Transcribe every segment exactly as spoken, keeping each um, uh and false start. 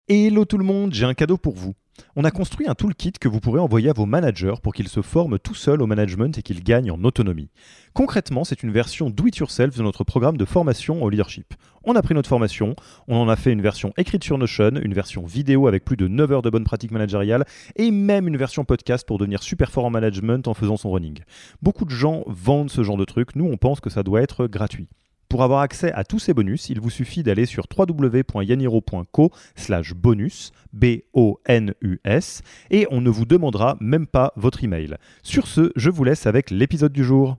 Hello tout le monde, j'ai un cadeau pour vous. On a construit un toolkit que vous pourrez envoyer à vos managers pour qu'ils se forment tout seuls au management et qu'ils gagnent en autonomie. Concrètement, c'est une version do-it-yourself de notre programme de formation au leadership. On a pris notre formation, on en a fait une version écrite sur Notion, une version vidéo avec plus de neuf heures de bonnes pratiques managériales et même une version podcast pour devenir super fort en management en faisant son running. Beaucoup de gens vendent ce genre de truc, nous on pense que ça doit être gratuit. Pour avoir accès à tous ces bonus, il vous suffit d'aller sur w w w point yaniro point co slash bonus, B O N U S, et on ne vous demandera même pas votre email. Sur ce, je vous laisse avec l'épisode du jour.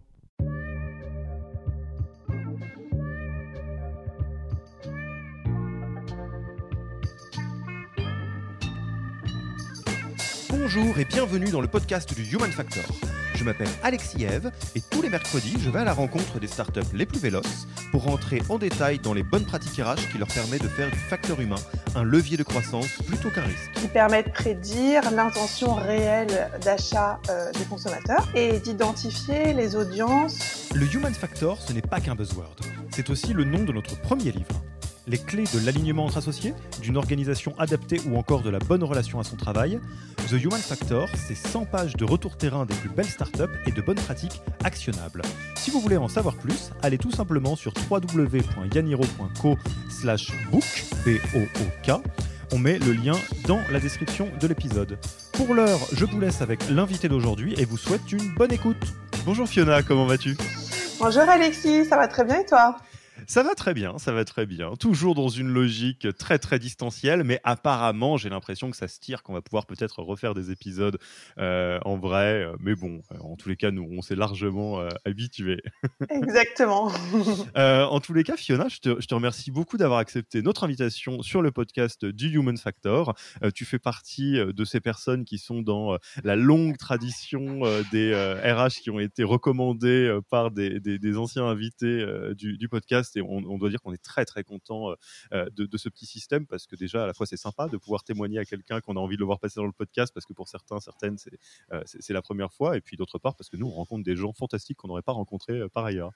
Bonjour et bienvenue dans le podcast du Human Factor. Je m'appelle Alexis Eve et tous les mercredis, je vais à la rencontre des startups les plus véloces pour rentrer en détail dans les bonnes pratiques R H qui leur permettent de faire du facteur humain un levier de croissance plutôt qu'un risque. Qui permet de prédire l'intention réelle d'achat euh, des consommateurs et d'identifier les audiences. Le Human Factor, ce n'est pas qu'un buzzword. C'est aussi le nom de notre premier livre. Les clés de l'alignement entre associés, d'une organisation adaptée ou encore de la bonne relation à son travail. The Human Factor, c'est cent pages de retour terrain des plus belles startups et de bonnes pratiques actionnables. Si vous voulez en savoir plus, allez tout simplement sur w w w point yaniro point co slash book, B O O K. On met le lien dans la description de l'épisode. Pour l'heure, je vous laisse avec l'invité d'aujourd'hui et vous souhaite une bonne écoute. Bonjour Fiona, comment vas-tu ? Bonjour Alexis, ça va très bien et toi ? Ça va très bien, ça va très bien. Toujours dans une logique très très distancielle, mais apparemment j'ai l'impression que ça se tire, qu'on va pouvoir peut-être refaire des épisodes euh, en vrai. Mais bon, en tous les cas, nous on s'est largement euh, habitués. Exactement. euh, en tous les cas, Fiona, je te, je te remercie beaucoup d'avoir accepté notre invitation sur le podcast du Human Factor. Euh, tu fais partie de ces personnes qui sont dans la longue tradition euh, des euh, R H qui ont été recommandés euh, par des, des, des anciens invités euh, du, du podcast. Et on, on doit dire qu'on est très très content euh, de, de ce petit système parce que déjà à la fois c'est sympa de pouvoir témoigner à quelqu'un qu'on a envie de le voir passer dans le podcast parce que pour certains, certaines c'est, euh, c'est, c'est la première fois et puis d'autre part parce que nous on rencontre des gens fantastiques qu'on n'aurait pas rencontrés euh, par ailleurs.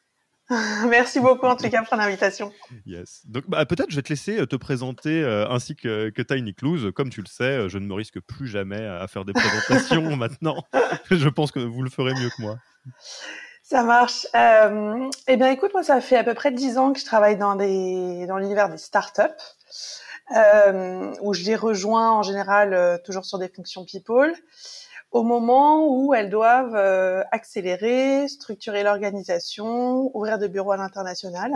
Merci beaucoup en tout cas pour l'invitation. Yes. Donc bah, peut-être je vais te laisser te présenter euh, ainsi que, que Tiny Clues. Comme tu le sais, je ne me risque plus jamais à faire des présentations maintenant. Je pense que vous le ferez mieux que moi. Ça marche. Euh, eh bien, écoute, moi, ça fait à peu près dix ans que je travaille dans des dans l'univers des startups, euh, où je les rejoins en général euh, toujours sur des fonctions people, au moment où elles doivent euh, accélérer, structurer l'organisation, ouvrir des bureaux à l'international,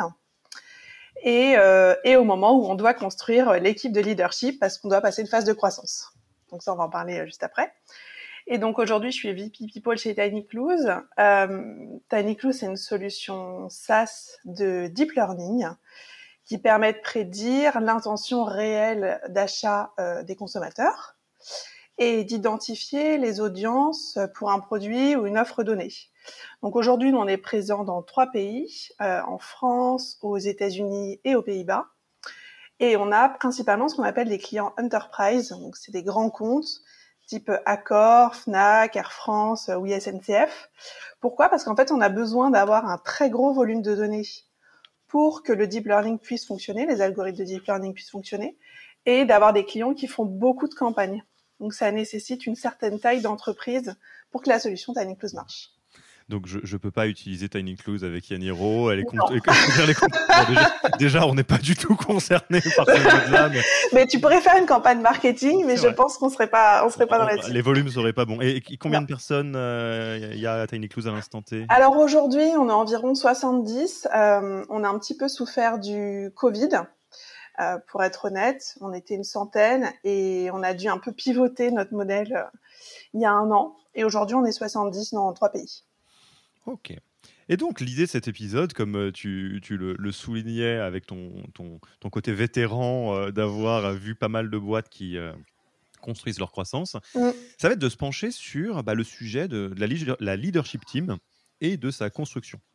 et euh, et au moment où on doit construire l'équipe de leadership parce qu'on doit passer une phase de croissance. Donc ça, on va en parler juste après. Et donc aujourd'hui, je suis V P People chez Tiny Clues. Euh, Tiny Clues, c'est une solution SaaS de deep learning qui permet de prédire l'intention réelle d'achat euh, des consommateurs et d'identifier les audiences pour un produit ou une offre donnée. Donc aujourd'hui, nous, on est présent dans trois pays, euh, en France, aux États-Unis et aux Pays-Bas. Et on a principalement ce qu'on appelle des clients enterprise, donc c'est des grands comptes, type Accor, Fnac, Air France ou S N C F. Pourquoi ? Parce qu'en fait, on a besoin d'avoir un très gros volume de données pour que le deep learning puisse fonctionner, les algorithmes de deep learning puissent fonctionner, et d'avoir des clients qui font beaucoup de campagnes. Donc, ça nécessite une certaine taille d'entreprise pour que la solution Tiny Clues marche. Donc, je ne peux pas utiliser Tiny Clues avec Yaniro. Elle est con- et, les con- bon, déjà, déjà, on n'est pas du tout concerné par ce jeu-là. Mais... mais tu pourrais faire une campagne marketing, mais C'est je vrai. pense qu'on ne serait pas, on serait pas dans la team. Les volumes ne seraient pas bons. Et, et combien non. de personnes il euh, y a à Tiny Clues à l'instant T ? Alors aujourd'hui, on est environ soixante-dix. Euh, on a un petit peu souffert du Covid. Euh, pour être honnête, on était une centaine et on a dû un peu pivoter notre modèle euh, il y a un an. Et aujourd'hui, on est soixante-dix dans trois pays. Ok. Et donc, l'idée de cet épisode, comme tu, tu le, le soulignais avec ton, ton, ton côté vétéran euh, d'avoir vu pas mal de boîtes qui euh, construisent leur croissance, mmh. ça va être de se pencher sur bah, le sujet de, de la, la leadership team et de sa construction.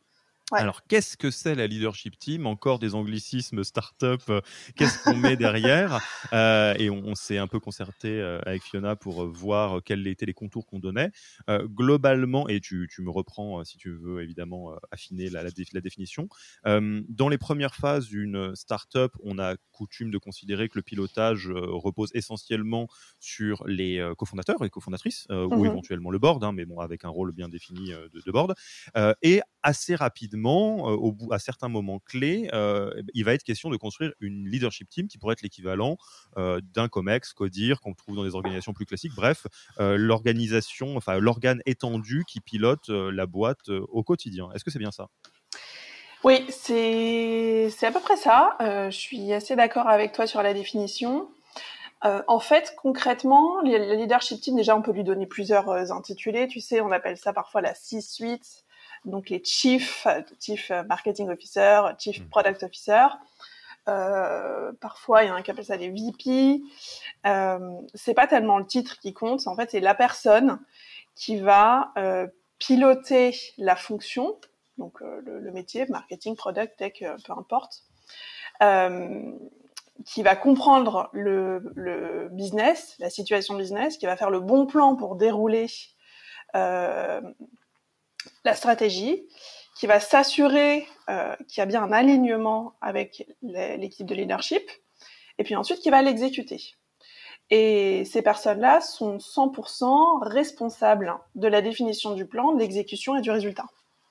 Ouais. Alors, qu'est-ce que c'est la leadership team? Encore des anglicismes start-up. euh, Qu'est-ce qu'on met derrière? Euh, Et on, on s'est un peu concerté euh, avec Fiona pour euh, voir quels étaient les contours qu'on donnait. Euh, globalement, et tu, tu me reprends euh, si tu veux évidemment euh, affiner la, la, dé- la définition. Euh, dans les premières phases d'une start-up, on a coutume de considérer que le pilotage euh, repose essentiellement sur les euh, cofondateurs et cofondatrices, euh, ou Mhm. éventuellement le board, hein, mais bon, avec un rôle bien défini euh, de, de board. Euh, et assez rapidement, euh, au bout, à certains moments clés, euh, il va être question de construire une leadership team qui pourrait être l'équivalent euh, d'un COMEX, CODIR, qu'on trouve dans des organisations plus classiques. Bref, euh, l'organisation, enfin l'organe étendu qui pilote euh, la boîte euh, au quotidien. Est-ce que c'est bien ça? Oui, c'est c'est à peu près ça. Euh, je suis assez d'accord avec toi sur la définition. Euh, en fait, concrètement, le le leadership team, déjà, on peut lui donner plusieurs euh, intitulés. Tu sais, on appelle ça parfois la C-suite, donc les chief, euh, chief euh, marketing officer, chief Hmm. product officer. Euh, parfois, il y en a qui appellent ça des V P. Euh, c'est pas tellement le titre qui compte. En fait, c'est la personne qui va euh, piloter la fonction, donc euh, le, le métier, marketing, product, tech, euh, peu importe. Euh, qui va comprendre le, le business, la situation business, qui va faire le bon plan pour dérouler euh, la stratégie, qui va s'assurer euh, qu'il y a bien un alignement avec les, l'équipe de leadership, et puis ensuite qui va l'exécuter. Et ces personnes-là sont cent pour cent responsables de la définition du plan, de l'exécution et du résultat.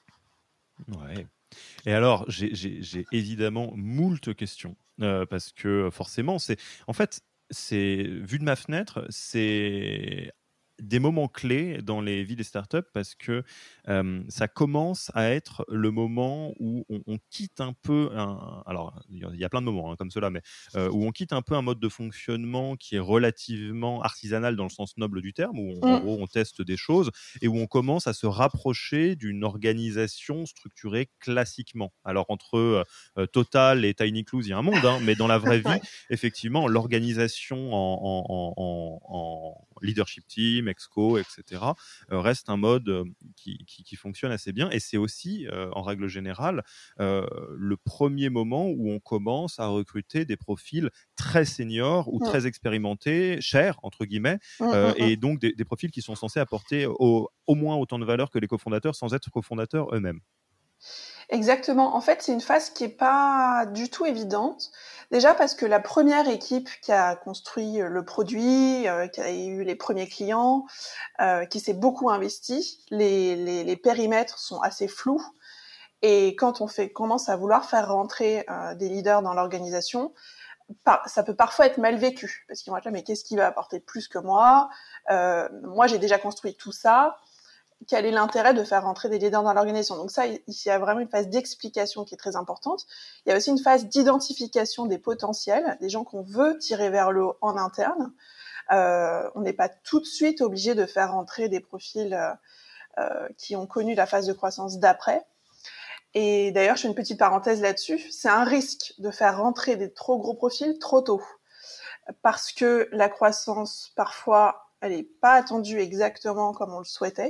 Ouais. Et alors, j'ai, j'ai, j'ai évidemment moult questions euh, parce que forcément, c'est en fait, c'est vu de ma fenêtre, c'est des moments clés dans les vies des startups parce que euh, ça commence à être le moment où on, on quitte un peu un. Alors, il y a plein de moments hein, comme cela, mais euh, où on quitte un peu un mode de fonctionnement qui est relativement artisanal dans le sens noble du terme, où on, en Mm. gros on teste des choses et où on commence à se rapprocher d'une organisation structurée classiquement. Alors entre euh, Total et Tiny Clues, il y a un monde, hein, mais dans la vraie vie, Ouais. effectivement, l'organisation en, en, en, en leadership team, exco, et cetera, euh, reste un mode euh, qui, qui, qui fonctionne assez bien. Et c'est aussi, euh, en règle générale, euh, le premier moment où on commence à recruter des profils très seniors ou Mm. très expérimentés, chers, entre guillemets, Mm, euh, mm, mm. et donc des, des profils qui sont censés apporter au, au moins autant de valeur que les cofondateurs sans être cofondateurs eux-mêmes. Exactement. En fait, c'est une phase qui est pas du tout évidente. Déjà parce que la première équipe qui a construit le produit, euh, qui a eu les premiers clients, euh, qui s'est beaucoup investi, les, les, les périmètres sont assez flous. Et quand on fait, commence à vouloir faire rentrer euh, des leaders dans l'organisation, par, ça peut parfois être mal vécu. Parce qu'ils vont être là, mais qu'est-ce qui va apporter plus que moi euh, Moi, j'ai déjà construit tout ça. Quel est l'intérêt de faire rentrer des leaders dans l'organisation? Donc ça, il y a vraiment une phase d'explication qui est très importante. Il y a aussi une phase d'identification des potentiels, des gens qu'on veut tirer vers le haut en interne. Euh, on n'est pas tout de suite obligé de faire rentrer des profils euh, qui ont connu la phase de croissance d'après. Et d'ailleurs, je fais une petite parenthèse là-dessus. C'est un risque de faire rentrer des trop gros profils trop tôt. Parce que la croissance, parfois, elle n'est pas attendue exactement comme on le souhaitait.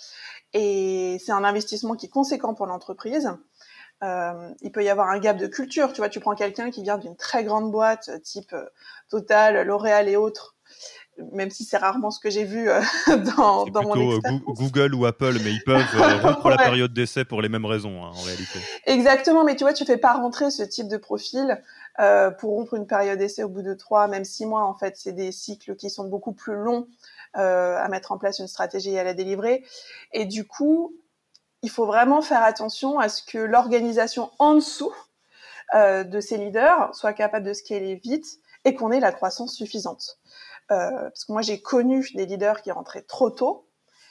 Et c'est un investissement qui est conséquent pour l'entreprise. Euh, il peut y avoir un gap de culture. Tu vois, tu prends quelqu'un qui vient d'une très grande boîte, type euh, Total, L'Oréal et autres, même si c'est rarement ce que j'ai vu euh, dans, C'est dans mon plutôt euh, expérience. Goo- Google ou Apple, mais ils peuvent euh, rompre la Ouais. période d'essai pour les mêmes raisons, hein, en réalité. Exactement, mais tu vois, tu fais pas rentrer ce type de profil euh, pour rompre une période d'essai au bout de trois, même six mois. En fait, c'est des cycles qui sont beaucoup plus longs euh, à mettre en place une stratégie et à la délivrer. Et du coup, il faut vraiment faire attention à ce que l'organisation en dessous euh, de ces leaders soit capable de scaler vite et qu'on ait la croissance suffisante. Euh, parce que moi, j'ai connu des leaders qui rentraient trop tôt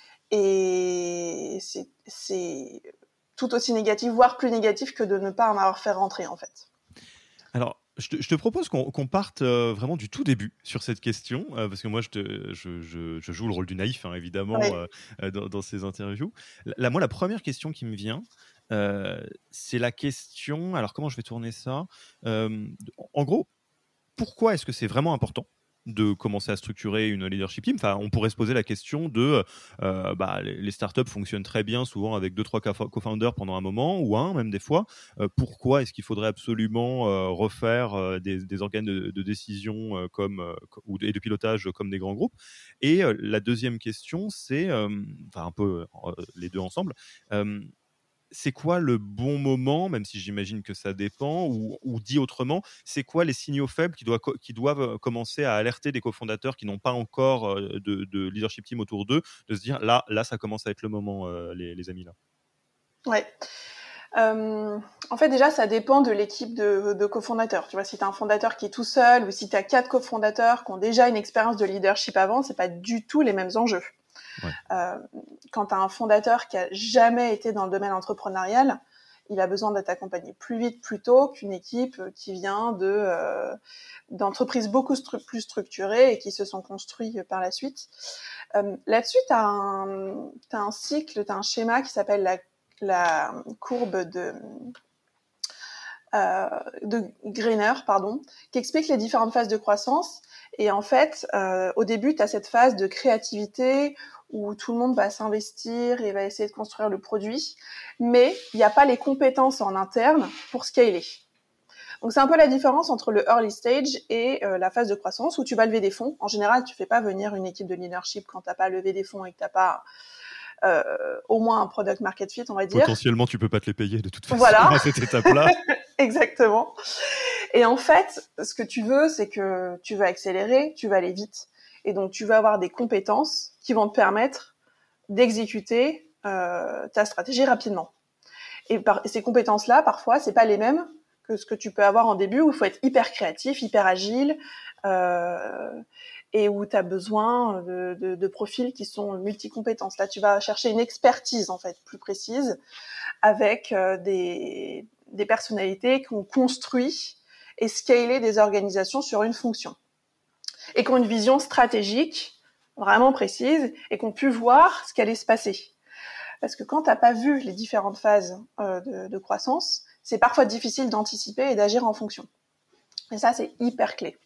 et c'est, c'est tout aussi négatif, voire plus négatif que de ne pas en avoir fait rentrer, en fait. Alors, je te, je te propose qu'on qu'on parte euh, vraiment du tout début sur cette question, euh, parce que moi, je, te, je, je, je joue le rôle du naïf, hein, évidemment, Ouais. euh, euh, dans, dans ces interviews. La, moi, la première question qui me vient, euh, c'est la question. Alors, comment je vais tourner ça? Euh, En gros, pourquoi est-ce que c'est vraiment important de commencer à structurer une leadership team. Enfin, on pourrait se poser la question de euh, bah, les startups fonctionnent très bien souvent avec deux trois co-founders pendant un moment ou un même des fois. Euh, pourquoi est-ce qu'il faudrait absolument euh, refaire euh, des, des organes de, de décision euh, comme euh, ou de, et de pilotage comme des grands groupes? Et euh, la deuxième question, c'est euh, enfin un peu euh, les deux ensemble. Euh, c'est quoi le bon moment, même si j'imagine que ça dépend, ou, ou dit autrement, c'est quoi les signaux faibles qui doivent, qui doivent commencer à alerter des cofondateurs qui n'ont pas encore de, de leadership team autour d'eux, de se dire là, là ça commence à être le moment, euh, les, les amis là. Ouais. Euh, en fait, déjà, ça dépend de l'équipe de, de cofondateurs. Tu vois, si tu as un fondateur qui est tout seul ou si tu as quatre cofondateurs qui ont déjà une expérience de leadership avant, c'est pas du tout les mêmes enjeux. Ouais. Euh, quand tu as un fondateur qui a jamais été dans le domaine entrepreneurial, il a besoin d'être accompagné plus vite, plus tôt qu'une équipe qui vient de euh, d'entreprises beaucoup stru- plus structurées et qui se sont construites par la suite. Euh, là-dessus, tu as un, t'as un cycle, tu as un schéma qui s'appelle la, la courbe de, euh, de Greiner, pardon, qui explique les différentes phases de croissance. Et en fait, euh, au début, tu as cette phase de créativité où tout le monde va s'investir et va essayer de construire le produit, mais il n'y a pas les compétences en interne pour scaler. Donc, c'est un peu la différence entre le early stage et euh, la phase de croissance où tu vas lever des fonds. En général, tu fais pas venir une équipe de leadership quand tu n'as pas levé des fonds et que tu n'as pas euh, au moins un product market fit, on va dire. Potentiellement, tu peux pas te les payer de toute façon voilà. à cette étape-là. Exactement. Et en fait, ce que tu veux, c'est que tu veux accélérer, tu vas aller vite. Et donc, tu vas avoir des compétences qui vont te permettre d'exécuter euh, ta stratégie rapidement. Et, par, et ces compétences-là, parfois, c'est pas les mêmes que ce que tu peux avoir en début, où il faut être hyper créatif, hyper agile, euh, et où tu as besoin de, de, de profils qui sont multi-compétences. Là, tu vas chercher une expertise, en fait, plus précise, avec euh, des, des personnalités qui ont construit et scalé des organisations sur une fonction. Et qui ont une vision stratégique vraiment précise et qui ont pu voir ce qui allait se passer. Parce que quand tu n'as pas vu les différentes phases euh, de, de croissance, c'est parfois difficile d'anticiper et d'agir en fonction. Et ça, c'est hyper clé.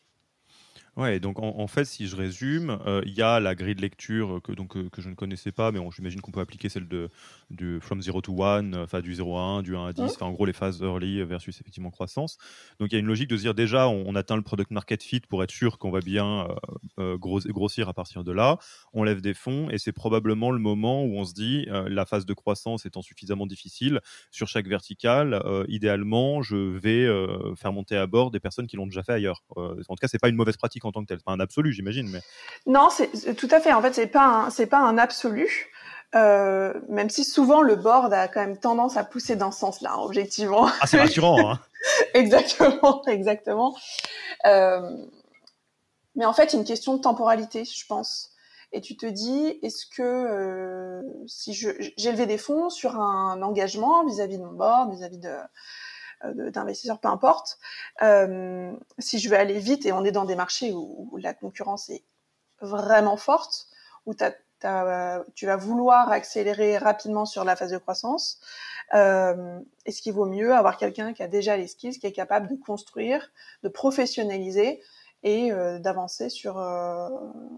Ouais, donc en, en fait, si je résume, il euh, y a la grille de lecture que, donc, euh, que je ne connaissais pas, mais on, j'imagine qu'on peut appliquer celle de, de From zero to one, enfin du zéro à un, du un à dix, enfin mmh. en gros les phases early versus effectivement croissance. Donc il y a une logique de se dire déjà, on, on atteint le product market fit pour être sûr qu'on va bien euh, euh, gros, grossir à partir de là. On lève des fonds et c'est probablement le moment où on se dit, euh, la phase de croissance étant suffisamment difficile, sur chaque verticale, euh, idéalement, je vais euh, faire monter à bord des personnes qui l'ont déjà fait ailleurs. Euh, en tout cas, c'est pas une mauvaise pratique en tant que tel. C'est pas un absolu, j'imagine. Mais... Non, c'est tout à fait. En fait, c'est pas un, c'est pas un absolu. Euh, même si souvent le board a quand même tendance à pousser dans ce sens-là, hein, objectivement. Ah, c'est rassurant, hein. Exactement, exactement. Euh, mais en fait, il y a une question de temporalité, je pense. Et tu te dis, est-ce que euh, si je, j'ai levé des fonds sur un engagement vis-à-vis de mon board, vis-à-vis de d'investisseurs, peu importe, euh, si je veux aller vite, et on est dans des marchés où, où la concurrence est vraiment forte, où t'as, t'as, tu vas vouloir accélérer rapidement sur la phase de croissance, euh, est-ce qu'il vaut mieux avoir quelqu'un qui a déjà les skills, qui est capable de construire, de professionnaliser et euh, d'avancer sur, euh,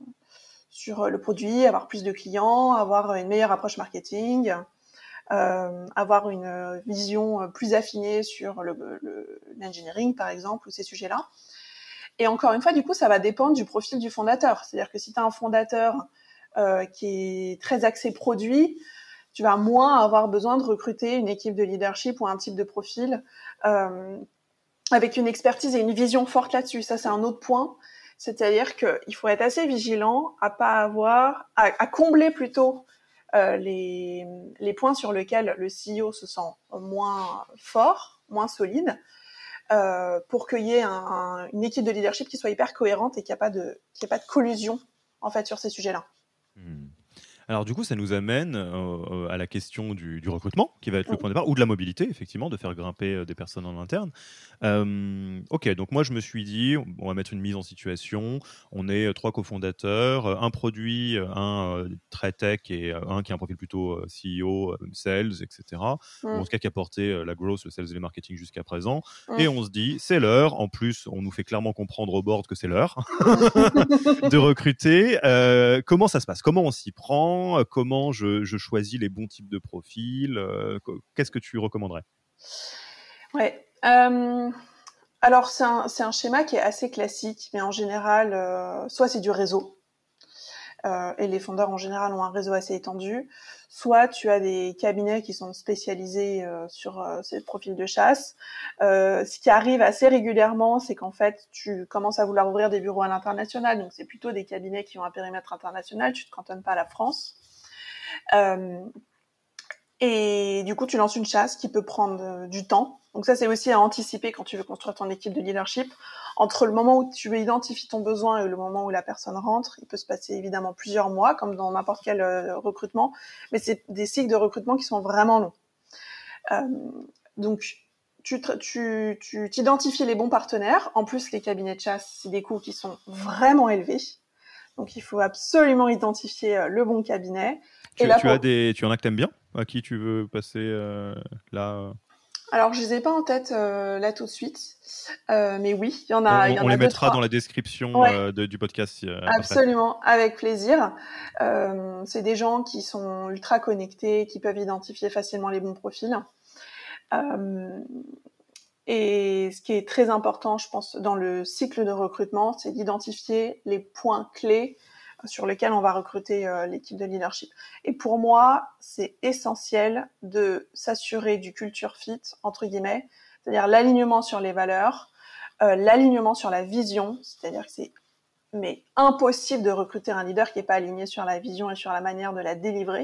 sur le produit, avoir plus de clients, avoir une meilleure approche marketing, Euh, avoir une vision plus affinée sur le, le, l'engineering, par exemple, ou ces sujets-là. Et encore une fois, du coup, ça va dépendre du profil du fondateur. C'est-à-dire que si tu as un fondateur euh, qui est très axé produit, tu vas moins avoir besoin de recruter une équipe de leadership ou un type de profil euh, avec une expertise et une vision forte là-dessus. Ça, c'est un autre point. C'est-à-dire qu'il faut être assez vigilant à pas avoir, à, à combler plutôt Euh, les, les points sur lesquels le C E O se sent moins fort, moins solide, euh, pour qu'il y ait un, un, une équipe de leadership qui soit hyper cohérente et qu'il n'y ait pas de, qu'il n'y ait pas de collusion en fait sur ces sujets-là. Hmm. Alors du coup, ça nous amène euh, à la question du, du recrutement, qui va être le point de départ, ou de la mobilité, effectivement, de faire grimper euh, des personnes en interne. Euh, ok, donc moi je me suis dit, on va mettre une mise en situation. On est euh, trois cofondateurs, euh, un produit, euh, un euh, très tech et euh, un qui a un profil plutôt euh, C E O, euh, sales, et cetera. Mm. Ou en tout cas qui a porté euh, la growth, le sales et le marketing jusqu'à présent. Mm. Et on se dit, c'est l'heure. En plus, on nous fait clairement comprendre au board que c'est l'heure de recruter. Euh, comment ça se passe? Comment on s'y prend? Comment je, je choisis les bons types de profils? euh, Qu'est-ce que tu recommanderais? Ouais. Euh, alors, c'est un, c'est un schéma qui est assez classique, mais en général, euh, soit c'est du réseau, euh, et les fondeurs en général ont un réseau assez étendu, soit tu as des cabinets qui sont spécialisés euh, sur euh, ces profils de chasse. Euh, ce qui arrive assez régulièrement, c'est qu'en fait, tu commences à vouloir ouvrir des bureaux à l'international, donc c'est plutôt des cabinets qui ont un périmètre international, tu te cantonnes pas à la France. Euh, et du coup, tu lances une chasse qui peut prendre euh, du temps. Donc ça, c'est aussi à anticiper quand tu veux construire ton équipe de leadership. Entre le moment où tu identifies ton besoin et le moment où la personne rentre, il peut se passer évidemment plusieurs mois, comme dans n'importe quel euh, recrutement, mais c'est des cycles de recrutement qui sont vraiment longs. Euh, donc, tu, tu, tu t'identifies les bons partenaires. En plus, les cabinets de chasse, c'est des coûts qui sont vraiment élevés. Donc, il faut absolument identifier le bon cabinet. Tu, et là, tu, pour... as des, tu en as que t'aimes bien? À qui tu veux passer euh, là? Alors, je les ai pas en tête euh, là tout de suite, euh, mais oui, il y en a. On, il y en on a les deux, mettra trois. dans la description Ouais. euh, de, du podcast. Euh, Absolument, après. Avec plaisir. Euh, c'est des gens qui sont ultra connectés, qui peuvent identifier facilement les bons profils. Euh, et ce qui est très important, je pense, dans le cycle de recrutement, c'est d'identifier les points clés sur lesquels on va recruter euh, l'équipe de leadership. Et pour moi, c'est essentiel de s'assurer du culture fit, entre guillemets, c'est-à-dire l'alignement sur les valeurs, euh, l'alignement sur la vision, c'est-à-dire que c'est mais impossible de recruter un leader qui n'est pas aligné sur la vision et sur la manière de la délivrer,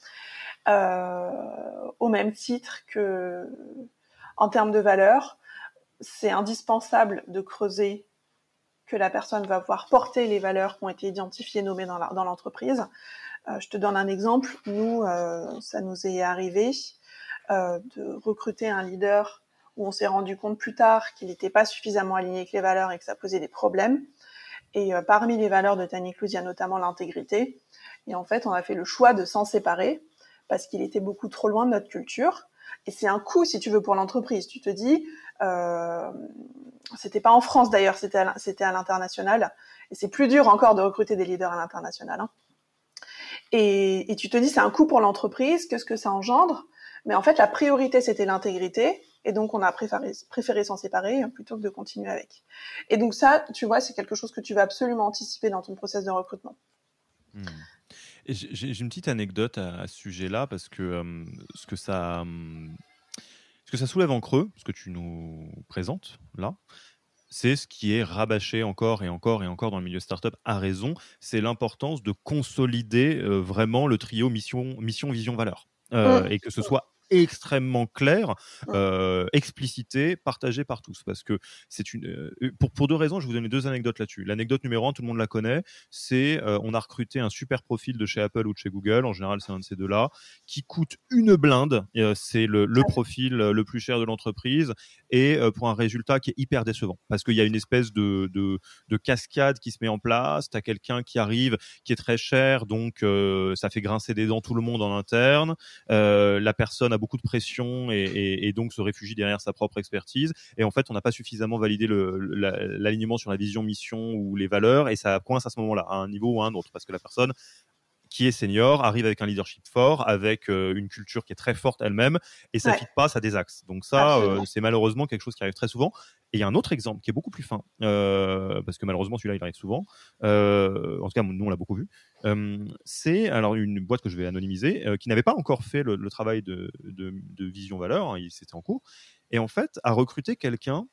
euh, au même titre que en termes de valeurs, c'est indispensable de creuser que la personne va pouvoir porter les valeurs qui ont été identifiées, nommées dans, la, dans l'entreprise. Euh, je te donne un exemple. Nous, euh, ça nous est arrivé euh, de recruter un leader où on s'est rendu compte plus tard qu'il n'était pas suffisamment aligné avec les valeurs et que ça posait des problèmes. Et euh, parmi les valeurs de Taniclus, il y a notamment l'intégrité. Et en fait, on a fait le choix de s'en séparer parce qu'il était beaucoup trop loin de notre culture. Et c'est un coût, si tu veux, pour l'entreprise. Tu te dis, euh, c'était pas en France d'ailleurs, c'était à, c'était à l'international. Et c'est plus dur encore de recruter des leaders à l'international. Hein. Et, et tu te dis, c'est un coût pour l'entreprise, qu'est-ce que ça engendre? Mais en fait, la priorité, c'était l'intégrité. Et donc, on a préféré, préféré s'en séparer plutôt que de continuer avec. Et donc ça, tu vois, c'est quelque chose que tu vas absolument anticiper dans ton process de recrutement. Hmm. Et j'ai, j'ai une petite anecdote à, à ce sujet-là, parce que, euh, ce, que ça, euh, ce que ça soulève en creux, ce que tu nous présentes là, c'est ce qui est rabâché encore et encore et encore dans le milieu startup à raison, c'est l'importance de consolider euh, vraiment le trio mission, mission vision, valeur. Euh, mmh. Et que ce soit extrêmement clair, euh, explicité, partagé par tous. Parce que c'est une, euh, pour, pour deux raisons, je vais vous donner deux anecdotes là-dessus. L'anecdote numéro un, tout le monde la connaît, c'est euh, on a recruté un super profil de chez Apple ou de chez Google, en général c'est un de ces deux-là, qui coûte une blinde, euh, c'est le, le profil le plus cher de l'entreprise, et euh, pour un résultat qui est hyper décevant. Parce qu'il y a une espèce de, de, de cascade qui se met en place, tu as quelqu'un qui arrive, qui est très cher, donc euh, ça fait grincer des dents tout le monde en interne, euh, la personne a beaucoup de pression et, et, et donc se réfugie derrière sa propre expertise. Et en fait, on n'a pas suffisamment validé le, la, l'alignement sur la vision, mission ou les valeurs, et ça coince à ce moment-là, à un niveau ou à un autre, parce que la personne qui est senior arrive avec un leadership fort, avec euh, une culture qui est très forte elle-même, et ça ne ouais. fit pas, ça désaxe. Donc ça, euh, c'est malheureusement quelque chose qui arrive très souvent. Et il y a un autre exemple qui est beaucoup plus fin, euh, parce que malheureusement celui-là il arrive souvent. Euh, en tout cas, nous on l'a beaucoup vu. Euh, c'est alors une boîte que je vais anonymiser, euh, qui n'avait pas encore fait le, le travail de, de, de vision valeur, hein, c'était en cours, et en fait a recruté quelqu'un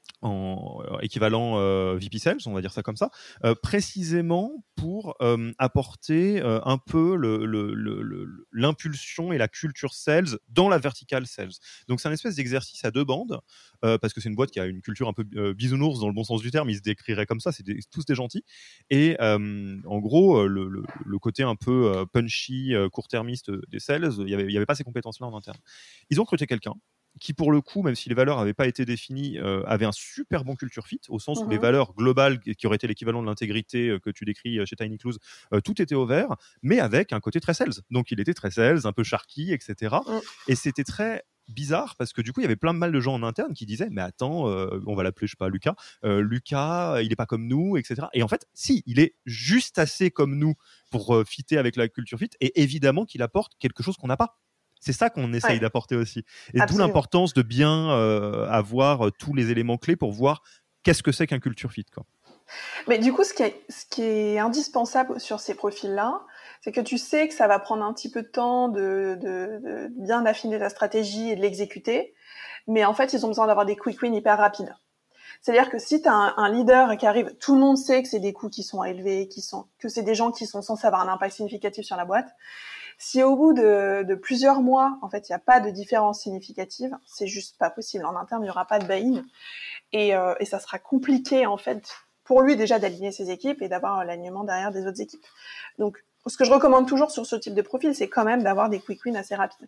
en équivalent euh, V P Sales, on va dire ça comme ça, euh, précisément pour euh, apporter euh, un peu le, le, le, le, l'impulsion et la culture sales dans la verticale sales. Donc c'est un espèce d'exercice à deux bandes, euh, parce que c'est une boîte qui a une culture un peu euh, bisounours dans le bon sens du terme, ils se décriraient comme ça, c'est des, tous des gentils. Et euh, en gros, le, le, le côté un peu euh, punchy, euh, court-termiste des sales, il n'y avait, il y avait pas ces compétences-là en interne. Ils ont recruté quelqu'un qui, pour le coup, même si les valeurs n'avaient pas été définies, euh, avait un super bon culture fit, au sens mmh. où les valeurs globales, qui auraient été l'équivalent de l'intégrité euh, que tu décris chez Tiny Clues, euh, tout était au vert, mais avec un côté très sales. Donc, il était très sales, un peu sharky, et cetera. Mmh. Et c'était très bizarre, parce que du coup, il y avait plein mal de gens en interne qui disaient « Mais attends, euh, on va l'appeler, je sais pas, Lucas. Euh, Lucas, il est pas comme nous, et cetera » Et en fait, si, il est juste assez comme nous pour euh, fitter avec la culture fit, et évidemment qu'il apporte quelque chose qu'on n'a pas. C'est ça qu'on essaye ouais. d'apporter aussi. Et Absolument. D'où l'importance de bien euh, avoir euh, tous les éléments clés pour voir qu'est-ce que c'est qu'un culture fit, quoi. Mais du coup, ce qui est, ce qui est indispensable sur ces profils-là, c'est que tu sais que ça va prendre un petit peu de temps de, de, de bien affiner ta stratégie et de l'exécuter. Mais en fait, ils ont besoin d'avoir des quick wins hyper rapides. C'est-à-dire que si tu as un, un leader qui arrive, tout le monde sait que c'est des coûts qui sont élevés, qui sont, que c'est des gens qui sont censés avoir un impact significatif sur la boîte. Si au bout de, de plusieurs mois, en fait, il n'y a pas de différence significative, c'est juste pas possible. En interne, il n'y aura pas de buy-in. Et, euh, et ça sera compliqué, en fait, pour lui déjà d'aligner ses équipes et d'avoir l'alignement derrière des autres équipes. Donc, ce que je recommande toujours sur ce type de profil, c'est quand même d'avoir des quick wins assez rapides.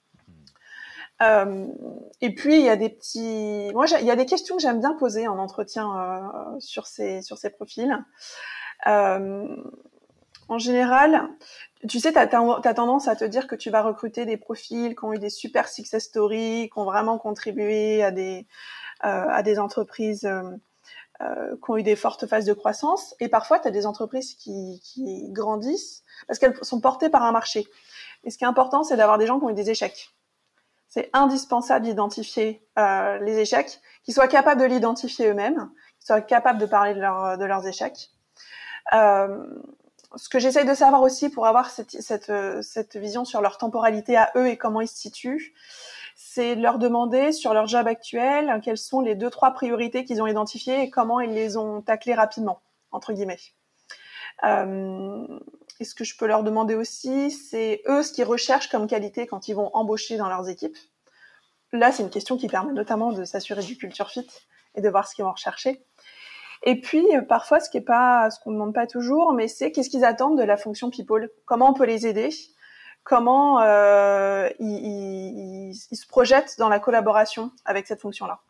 Euh, et puis, il y a des petits... Moi, il y a des questions que j'aime bien poser en entretien euh, sur ces, sur ces profils. Euh, en général... Tu sais, tu as tendance à te dire que tu vas recruter des profils qui ont eu des super success stories, qui ont vraiment contribué à des, euh, à des entreprises euh, euh, qui ont eu des fortes phases de croissance. Et parfois, tu as des entreprises qui, qui grandissent parce qu'elles sont portées par un marché. Et ce qui est important, c'est d'avoir des gens qui ont eu des échecs. C'est indispensable d'identifier euh, les échecs, qu'ils soient capables de l'identifier eux-mêmes, qu'ils soient capables de parler de, leur, de leurs échecs. Euh, Ce que j'essaye de savoir aussi pour avoir cette, cette, cette vision sur leur temporalité à eux et comment ils se situent, c'est de leur demander sur leur job actuel quelles sont les deux, trois priorités qu'ils ont identifiées et comment ils les ont taclées rapidement, entre guillemets. Euh, et ce que je peux leur demander aussi, c'est eux ce qu'ils recherchent comme qualité quand ils vont embaucher dans leurs équipes. Là, c'est une question qui permet notamment de s'assurer du culture fit et de voir ce qu'ils vont rechercher. Et puis, parfois, ce qui est pas, ce qu'on ne demande pas toujours, mais c'est qu'est-ce qu'ils attendent de la fonction people. Comment on peut les aider? Comment euh, ils, ils, ils se projettent dans la collaboration avec cette fonction-là?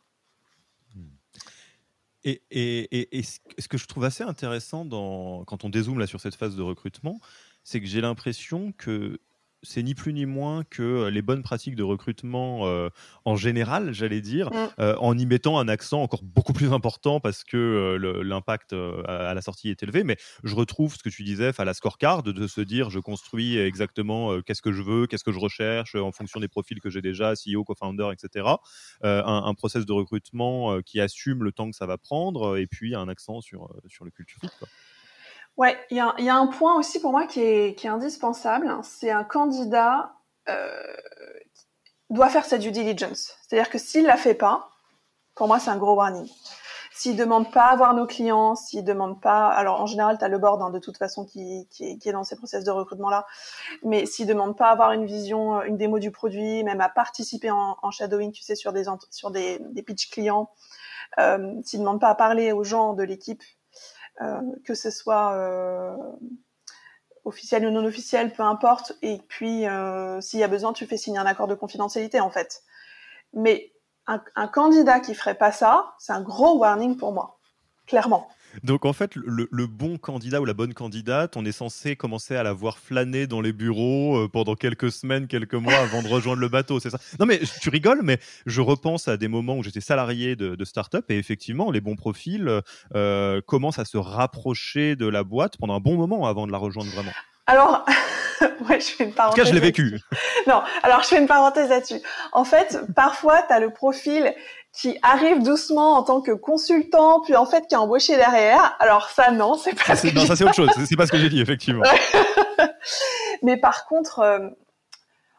Et, et, et, et ce que je trouve assez intéressant dans, quand on dézoome là sur cette phase de recrutement, c'est que j'ai l'impression que c'est ni plus ni moins que les bonnes pratiques de recrutement euh, en général, j'allais dire, mm. euh, en y mettant un accent encore beaucoup plus important parce que euh, le, l'impact euh, à la sortie est élevé. Mais je retrouve ce que tu disais, à la scorecard, de, de se dire je construis exactement euh, qu'est-ce que je veux, qu'est-ce que je recherche en fonction des profils que j'ai déjà, C E O, co-founder, et cetera. Euh, un, un process de recrutement euh, qui assume le temps que ça va prendre et puis un accent sur, euh, sur le culture fit, quoi. Ouais, il y a, y a un point aussi pour moi qui est, qui est indispensable. C'est un candidat euh, doit faire sa due diligence. C'est-à-dire que s'il la fait pas, pour moi, c'est un gros warning. S'il demande pas à voir nos clients, s'il demande pas... Alors, en général, tu as le board, hein, de toute façon, qui, qui, est, qui est dans ces process de recrutement-là. Mais s'il demande pas à avoir une vision, une démo du produit, même à participer en, en shadowing, tu sais, sur des, sur des, des pitch clients, euh, s'il demande pas à parler aux gens de l'équipe, Euh, que ce soit euh, officiel ou non officiel, peu importe. Et puis, euh, s'il y a besoin, tu fais signer un accord de confidentialité, en fait. Mais un, un candidat qui ferait pas ça, c'est un gros warning pour moi, clairement. Donc en fait, le, le bon candidat ou la bonne candidate, on est censé commencer à la voir flâner dans les bureaux euh, pendant quelques semaines, quelques mois avant de rejoindre le bateau, c'est ça? Non mais tu rigoles, mais je repense à des moments où j'étais salarié de, de start-up et effectivement, les bons profils euh, commencent à se rapprocher de la boîte pendant un bon moment avant de la rejoindre vraiment. Alors, ouais, je fais une parenthèse. En tout cas, je l'ai vécu. Non, alors je fais une parenthèse là-dessus. En fait, parfois, tu as le profil qui arrive doucement en tant que consultant, puis en fait, qui est embauché derrière. Alors ça, non, c'est pas ça, ce c'est, que Non, j'ai... ça c'est autre chose. C'est pas ce que j'ai dit, effectivement. Mais par contre, euh,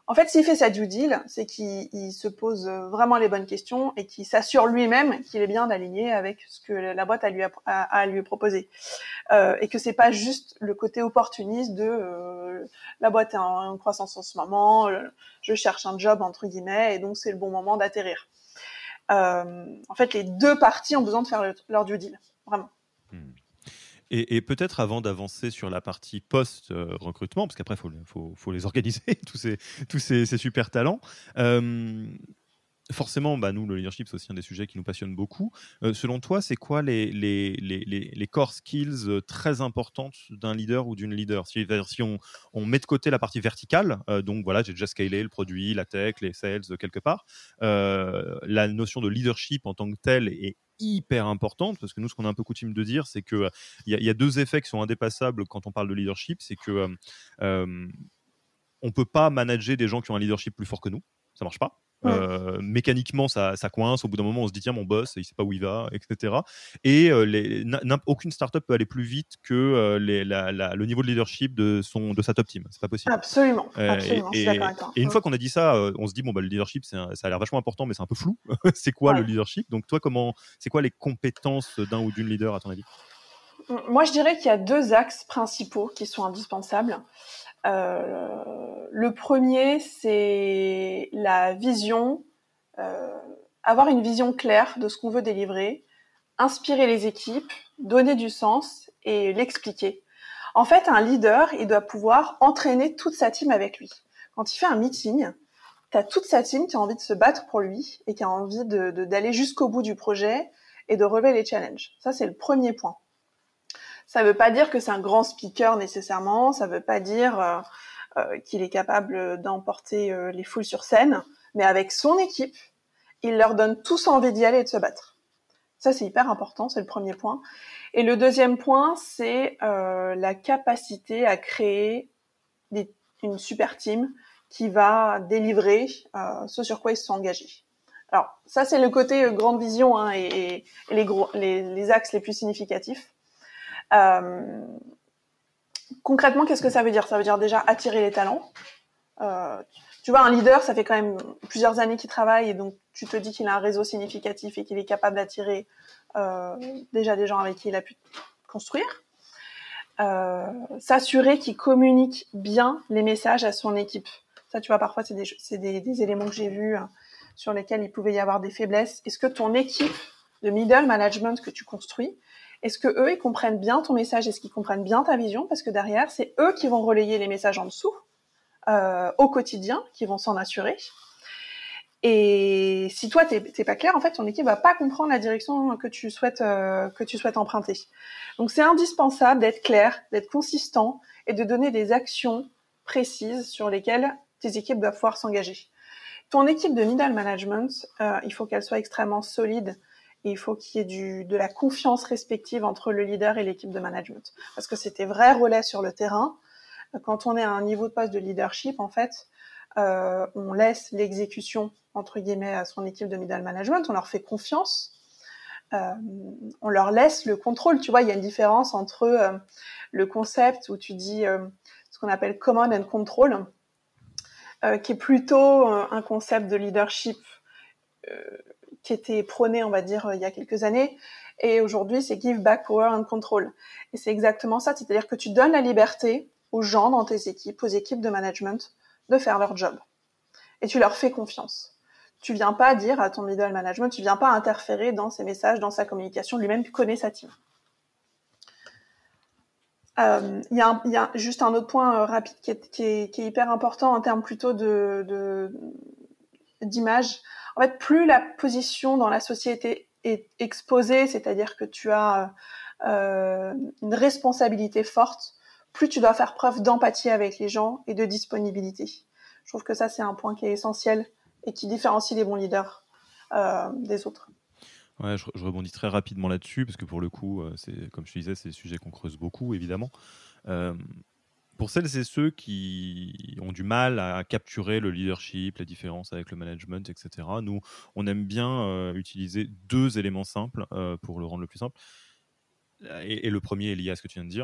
En fait, s'il fait sa due deal, c'est qu'il il se pose vraiment les bonnes questions et qu'il s'assure lui-même qu'il est bien aligné avec ce que la boîte a lui a, a, a lui proposer. Euh, et que c'est pas juste le côté opportuniste de euh, la boîte est en, en croissance en ce moment, euh, je cherche un job entre guillemets et donc c'est le bon moment d'atterrir. Euh, en fait, les deux parties ont besoin de faire le, leur due deal, vraiment. Hmm. Et, et peut-être avant d'avancer sur la partie post-recrutement, parce qu'après, il faut, faut, faut les organiser, tous ces, tous ces, ces super talents. Euh, forcément, bah, nous, le leadership, c'est aussi un des sujets qui nous passionne beaucoup. Euh, selon toi, c'est quoi les, les, les, les, les core skills très importantes d'un leader ou d'une leader? Si, si on, on met de côté la partie verticale, euh, donc voilà, j'ai déjà scalé le produit, la tech, les sales, quelque part, euh, la notion de leadership en tant que telle est hyper importante, parce que nous, ce qu'on a un peu coutume de dire, c'est qu'il euh, y, y a deux effets qui sont indépassables quand on parle de leadership. C'est que euh, euh, on peut pas manager des gens qui ont un leadership plus fort que nous, ça marche pas. Euh, mécaniquement ça, ça coince, au bout d'un moment on se dit tiens mon boss il sait pas où il va, etc. Et euh, les, aucune startup peut aller plus vite que euh, les, la, la, le niveau de leadership de, son, de sa top team, c'est pas possible. Absolument, euh, absolument, et, je suis d'accord avec toi. Et une fois qu'on a dit ça, euh, on se dit bon bah le leadership c'est un, ça a l'air vachement important mais c'est un peu flou. C'est quoi ouais. le leadership? Donc toi comment, c'est quoi les compétences d'un ou d'une leader à ton avis? Moi je dirais qu'il y a deux axes principaux qui sont indispensables. Euh, le premier, c'est la vision, euh, avoir une vision claire de ce qu'on veut délivrer, inspirer les équipes, donner du sens et l'expliquer. En fait, un leader, il doit pouvoir entraîner toute sa team avec lui. Quand il fait un meeting, t'as toute sa team qui a envie de se battre pour lui et qui a envie de, de, d'aller jusqu'au bout du projet et de relever les challenges. Ça, c'est le premier point. Ça veut pas dire que c'est un grand speaker nécessairement, ça veut pas dire euh, euh, qu'il est capable d'emporter euh, les foules sur scène, mais avec son équipe, il leur donne tous envie d'y aller et de se battre. Ça, c'est hyper important, c'est le premier point. Et le deuxième point, c'est euh, la capacité à créer des, une super team qui va délivrer euh, ce sur quoi ils se sont engagés. Alors, ça, c'est le côté euh, grande vision hein, et, et les, gros, les, les axes les plus significatifs. Euh, concrètement, qu'est-ce que ça veut dire? Ça veut dire déjà attirer les talents. Euh, tu vois, un leader, ça fait quand même plusieurs années qu'il travaille et donc tu te dis qu'il a un réseau significatif et qu'il est capable d'attirer euh, déjà des gens avec qui il a pu construire. Euh, s'assurer qu'il communique bien les messages à son équipe. Ça, tu vois, parfois, c'est des, c'est des, des éléments que j'ai vus hein, sur lesquels il pouvait y avoir des faiblesses. Est-ce que ton équipe de middle management que tu construis, est-ce que eux, ils comprennent bien ton message? Est-ce qu'ils comprennent bien ta vision? Parce que derrière, c'est eux qui vont relayer les messages en dessous, euh, au quotidien, qui vont s'en assurer. Et si toi, t'es, t'es pas clair, en fait, ton équipe va pas comprendre la direction que tu souhaites, euh, que tu souhaites emprunter. Donc, c'est indispensable d'être clair, d'être consistant et de donner des actions précises sur lesquelles tes équipes doivent pouvoir s'engager. Ton équipe de middle management, euh, il faut qu'elle soit extrêmement solide. Et il faut qu'il y ait du, de la confiance respective entre le leader et l'équipe de management. Parce que c'est tes vrais relais sur le terrain. Quand on est à un niveau de poste de leadership, en fait, euh, on laisse l'exécution, entre guillemets, à son équipe de middle management. On leur fait confiance. Euh, on leur laisse le contrôle. Tu vois, il y a une différence entre euh, le concept où tu dis euh, ce qu'on appelle command and control, euh, qui est plutôt euh, un concept de leadership euh, qui était prôné, on va dire, il y a quelques années. Et aujourd'hui, c'est give back power and control. Et c'est exactement ça. C'est-à-dire que tu donnes la liberté aux gens dans tes équipes, aux équipes de management, de faire leur job. Et tu leur fais confiance. Tu viens pas dire à ton middle management, tu viens pas interférer dans ses messages, dans sa communication. Lui-même, tu connais sa team. Euh, il y a, un, il y a juste un autre point euh, rapide qui est, qui, est, qui est hyper important en termes plutôt de, de, d'image. En fait, plus la position dans la société est exposée, c'est-à-dire que tu as euh, une responsabilité forte, plus tu dois faire preuve d'empathie avec les gens et de disponibilité. Je trouve que ça, c'est un point qui est essentiel et qui différencie les bons leaders euh, des autres. Ouais, je, je rebondis très rapidement là-dessus, parce que pour le coup, c'est, comme je te disais, c'est des sujets qu'on creuse beaucoup, évidemment. Euh, Pour celles et ceux qui ont du mal à capturer le leadership, la différence avec le management, et cetera, nous, on aime bien euh, utiliser deux éléments simples euh, pour le rendre le plus simple. Et, et le premier est lié à ce que tu viens de dire.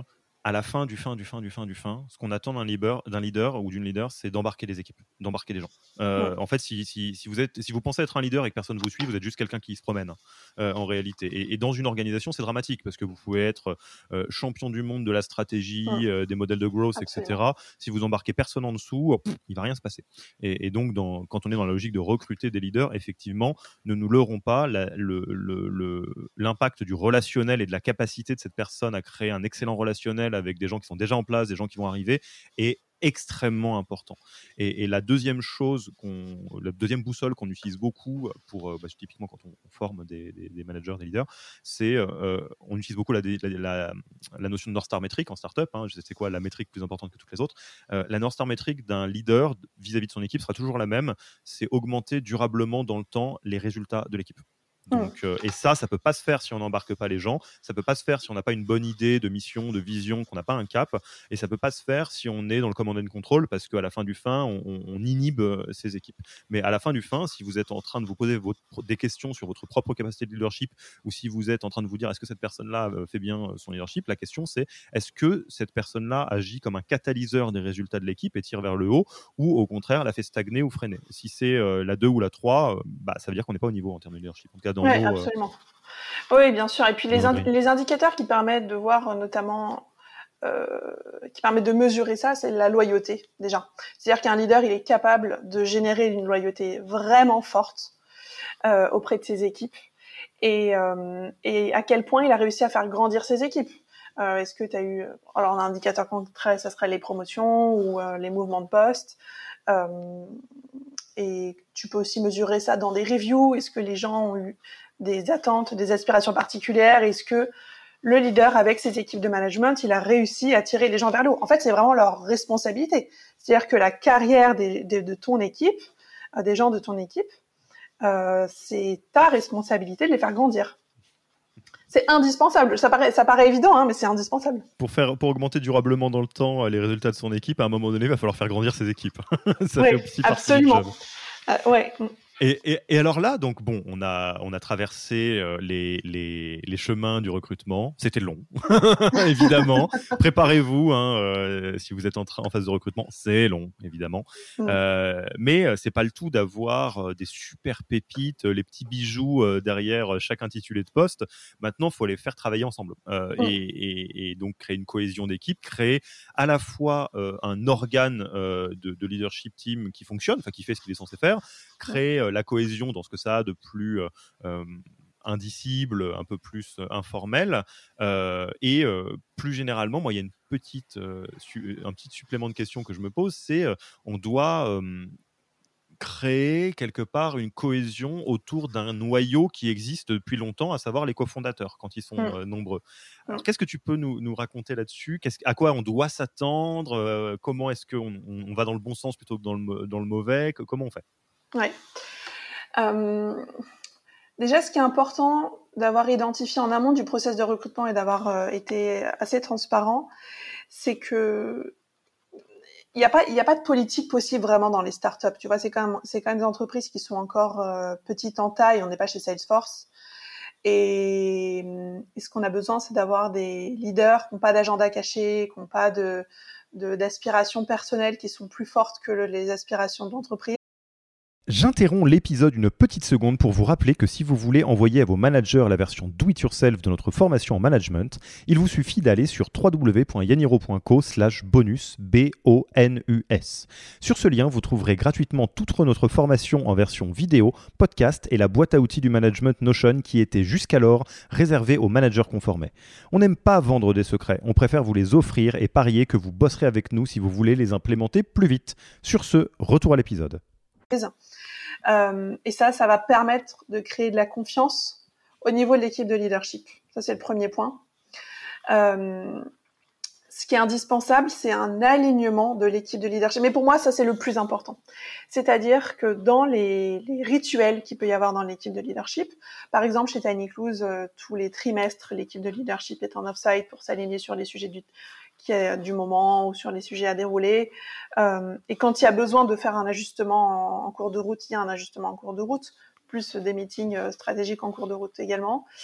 à la fin du fin du fin du fin du fin, ce qu'on attend d'un leader, d'un leader ou d'une leader, c'est d'embarquer des équipes, d'embarquer des gens. Euh, ouais. En fait, si, si, si, vous êtes, si vous pensez être un leader et que personne vous suit, vous êtes juste quelqu'un qui se promène euh, en réalité. Et, et dans une organisation, c'est dramatique parce que vous pouvez être euh, champion du monde de la stratégie, ouais. euh, des modèles de growth, Absolument. et cetera. Si vous embarquez personne en dessous, pff, il va rien se passer. Et, et donc, dans, quand on est dans la logique de recruter des leaders, effectivement, ne nous leurrons pas, la, le, le, le, l'impact du relationnel et de la capacité de cette personne à créer un excellent relationnel avec des gens qui sont déjà en place, des gens qui vont arriver, est extrêmement important. Et, et la deuxième chose, qu'on, la deuxième boussole qu'on utilise beaucoup pour, bah, typiquement quand on, on forme des, des, des managers, des leaders, c'est euh, on utilise beaucoup la, la, la, la notion de North Star métrique en startup. Hein, je sais c'est quoi la métrique plus importante que toutes les autres. Euh, la North Star métrique d'un leader vis-à-vis de son équipe sera toujours la même. C'est augmenter durablement dans le temps les résultats de l'équipe. Donc, euh, et ça, ça peut pas se faire si on n'embarque pas les gens. Ça peut pas se faire si on n'a pas une bonne idée de mission, de vision, qu'on n'a pas un cap. Et ça peut pas se faire si on est dans le command and control, parce qu'à la fin du fin, on, on inhibe ces équipes. Mais à la fin du fin, si vous êtes en train de vous poser votre, des questions sur votre propre capacité de leadership, ou si vous êtes en train de vous dire est-ce que cette personne-là fait bien son leadership, la question c'est est-ce que cette personne-là agit comme un catalyseur des résultats de l'équipe et tire vers le haut, ou au contraire la fait stagner ou freiner. Si c'est euh, la deux ou la trois, euh, bah, ça veut dire qu'on n'est pas au niveau en termes de leadership. En tout cas, dans Oui, nos, absolument. Euh, oui, bien sûr. Et puis les, ind- les indicateurs qui permettent de voir notamment, euh, qui permettent de mesurer ça, c'est la loyauté déjà. C'est-à-dire qu'un leader, il est capable de générer une loyauté vraiment forte euh, auprès de ses équipes. Et, euh, et à quel point il a réussi à faire grandir ses équipes. Euh, est-ce que tu as eu... Alors, un indicateur concret, ça serait les promotions ou euh, les mouvements de poste. Euh, et tu peux aussi mesurer ça dans des reviews. Est-ce que les gens ont eu des attentes, des aspirations particulières? Est-ce que le leader, avec ses équipes de management, il a réussi à tirer les gens vers le haut? En fait, c'est vraiment leur responsabilité. C'est-à-dire que la carrière des, des, de ton équipe, euh, des gens de ton équipe, euh, c'est ta responsabilité de les faire grandir. C'est indispensable. Ça paraît, ça paraît évident, hein, mais c'est indispensable. Pour, faire, pour augmenter durablement dans le temps les résultats de son équipe, à un moment donné, il va falloir faire grandir ses équipes. Ça ouais, fait aussi absolument. partie du job. Euh, ouais. Et, et, et alors là, donc bon, on a, on a traversé euh, les, les, les chemins du recrutement. C'était long, évidemment. Préparez-vous, hein, euh, si vous êtes en, train, en phase de recrutement, c'est long, évidemment. Mm. Euh, mais euh, c'est pas le tout d'avoir euh, des super pépites, euh, les petits bijoux euh, derrière chaque intitulé de poste. Maintenant, il faut les faire travailler ensemble euh, mm. et, et, et donc créer une cohésion d'équipe, créer à la fois euh, un organe euh, de, de leadership team qui fonctionne, enfin qui fait ce qu'il est censé faire, créer la cohésion dans ce que ça a de plus euh, indicible, un peu plus euh, informel, euh, et euh, plus généralement, moi, il y a une petite, euh, su- un petit supplément de question que je me pose, c'est euh, on doit euh, créer quelque part une cohésion autour d'un noyau qui existe depuis longtemps, à savoir les cofondateurs, quand ils sont mmh. euh, nombreux. Alors, mmh. qu'est-ce que tu peux nous, nous raconter là-dessus? Qu'est-ce, à quoi on doit s'attendre? euh, Comment est-ce qu'on on, on va dans le bon sens plutôt que dans le, dans le mauvais? Comment on fait? Ouais. Euh, déjà, ce qui est important d'avoir identifié en amont du process de recrutement et d'avoir euh, été assez transparent, c'est que il n'y a pas, il n'y a pas de politique possible vraiment dans les startups. Tu vois, c'est quand même, c'est quand même des entreprises qui sont encore euh, petites en taille. On n'est pas chez Salesforce. Et, et ce qu'on a besoin, c'est d'avoir des leaders qui n'ont pas d'agenda caché, qui n'ont pas de, de, d'aspirations personnelles qui sont plus fortes que le, les aspirations de l'entreprise. J'interromps l'épisode une petite seconde pour vous rappeler que si vous voulez envoyer à vos managers la version do-it-yourself de notre formation en management, il vous suffit d'aller sur w w w point yaniro point co slash bonus, B O N U S. Sur ce lien, vous trouverez gratuitement toute notre formation en version vidéo, podcast et la boîte à outils du management Notion qui était jusqu'alors réservée aux managers qu'on formait. On n'aime pas vendre des secrets, on préfère vous les offrir et parier que vous bosserez avec nous si vous voulez les implémenter plus vite. Sur ce, retour à l'épisode. Euh, et ça, ça va permettre de créer de la confiance au niveau de l'équipe de leadership. Ça, c'est le premier point. Euh, ce qui est indispensable, c'est un alignement de l'équipe de leadership. Mais pour moi, ça, c'est le plus important. C'est-à-dire que dans les, les rituels qu'il peut y avoir dans l'équipe de leadership, par exemple, chez Tiny Clues, euh, tous les trimestres, l'équipe de leadership est en off-site pour s'aligner sur les sujets du qui est du moment ou sur les sujets à dérouler. Euh, et quand il y a besoin de faire un ajustement en, en cours de route, il y a un ajustement en cours de route, plus des meetings stratégiques en cours de route également.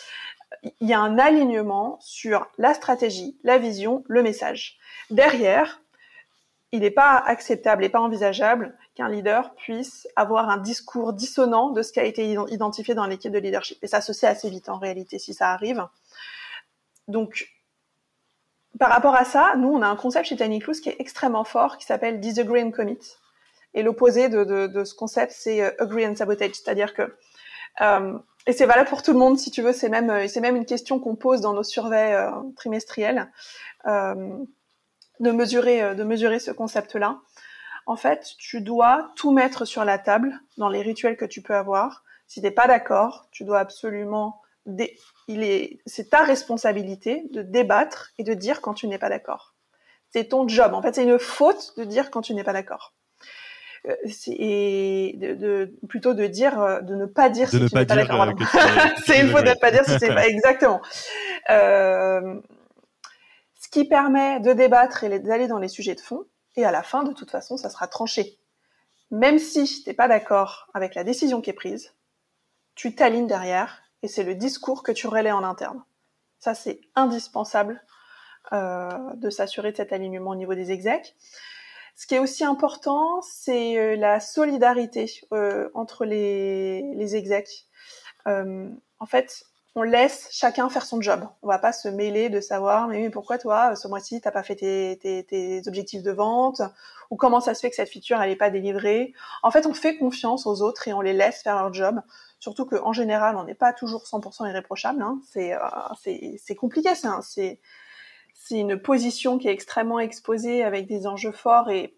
il y a un alignement sur la stratégie, la vision, le message. Derrière, il n'est pas acceptable et pas envisageable qu'un leader puisse avoir un discours dissonant de ce qui a été identifié dans l'équipe de leadership. Et ça se sait assez vite en réalité si ça arrive. Donc, par rapport à ça, nous, on a un concept chez Tiny Clues qui est extrêmement fort, qui s'appelle Disagree and Commit. Et l'opposé de, de, de ce concept, c'est euh, Agree and Sabotage. C'est-à-dire que, euh, et c'est valable pour tout le monde, si tu veux, c'est même, c'est même une question qu'on pose dans nos surveys euh, trimestriels, euh, de mesurer, de mesurer ce concept-là. En fait, tu dois tout mettre sur la table dans les rituels que tu peux avoir. Si t'es pas d'accord, tu dois absolument dé- il est, c'est ta responsabilité de débattre et de dire quand tu n'es pas d'accord. C'est ton job. En fait, c'est une faute de dire quand tu n'es pas d'accord. Euh, c'est, et de, de, plutôt de dire, de ne pas dire de si ne tu pas n'es pas dire, d'accord. euh, que tu- C'est une faute de ne pas dire si tu n'es pas exactement. Euh, ce qui permet de débattre et d'aller dans les sujets de fond. Et à la fin, de toute façon, ça sera tranché. Même si t'es pas d'accord avec la décision qui est prise, tu t'alignes derrière et c'est le discours que tu relais en interne. Ça, c'est indispensable euh, de s'assurer de cet alignement au niveau des execs. Ce qui est aussi important, c'est euh, la solidarité euh, entre les, les execs. Euh, en fait, on laisse chacun faire son job. On va pas se mêler de savoir mais pourquoi toi ce mois-ci t'as pas fait tes, tes, tes objectifs de vente ou comment ça se fait que cette feature elle est pas délivrée. En fait, on fait confiance aux autres et on les laisse faire leur job. Surtout que en général, on n'est pas toujours cent pour cent irréprochable. Hein. C'est, euh, c'est c'est compliqué. C'est, hein. c'est c'est une position qui est extrêmement exposée avec des enjeux forts et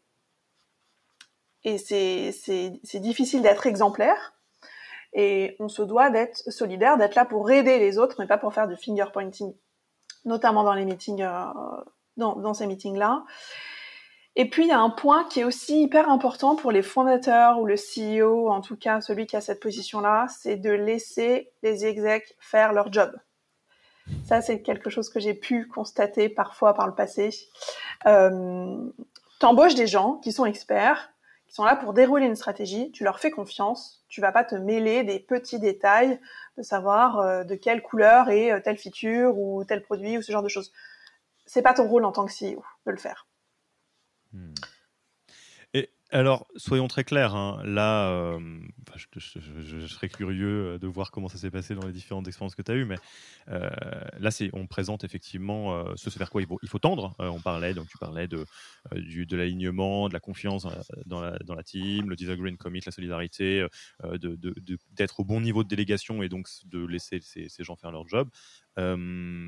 et c'est c'est c'est difficile d'être exemplaire. Et on se doit d'être solidaire, d'être là pour aider les autres, mais pas pour faire du finger pointing, notamment dans les meetings, euh, dans, dans ces meetings-là. Et puis, il y a un point qui est aussi hyper important pour les fondateurs ou le C E O, en tout cas celui qui a cette position-là, c'est de laisser les execs faire leur job. Ça, c'est quelque chose que j'ai pu constater parfois par le passé. Euh, t'embauches des gens qui sont experts, qui sont là pour dérouler une stratégie, tu leur fais confiance, tu vas pas te mêler des petits détails de savoir euh, de quelle couleur est euh, telle feature ou tel produit ou ce genre de choses. C'est pas ton rôle en tant que C E O de le faire. Hmm. Et alors, soyons très clairs, hein, là, euh, je, je, je, je serais curieux de voir comment ça s'est passé dans les différentes expériences que tu as eues, mais euh, là, c'est, on présente effectivement euh, ce vers quoi il faut, il faut tendre. Euh, on parlait, donc tu parlais de, euh, du, de l'alignement, de la confiance dans la, dans la team, le disagree and commit, la solidarité, euh, de, de, de, d'être au bon niveau de délégation et donc de laisser ces, ces gens faire leur job. Euh,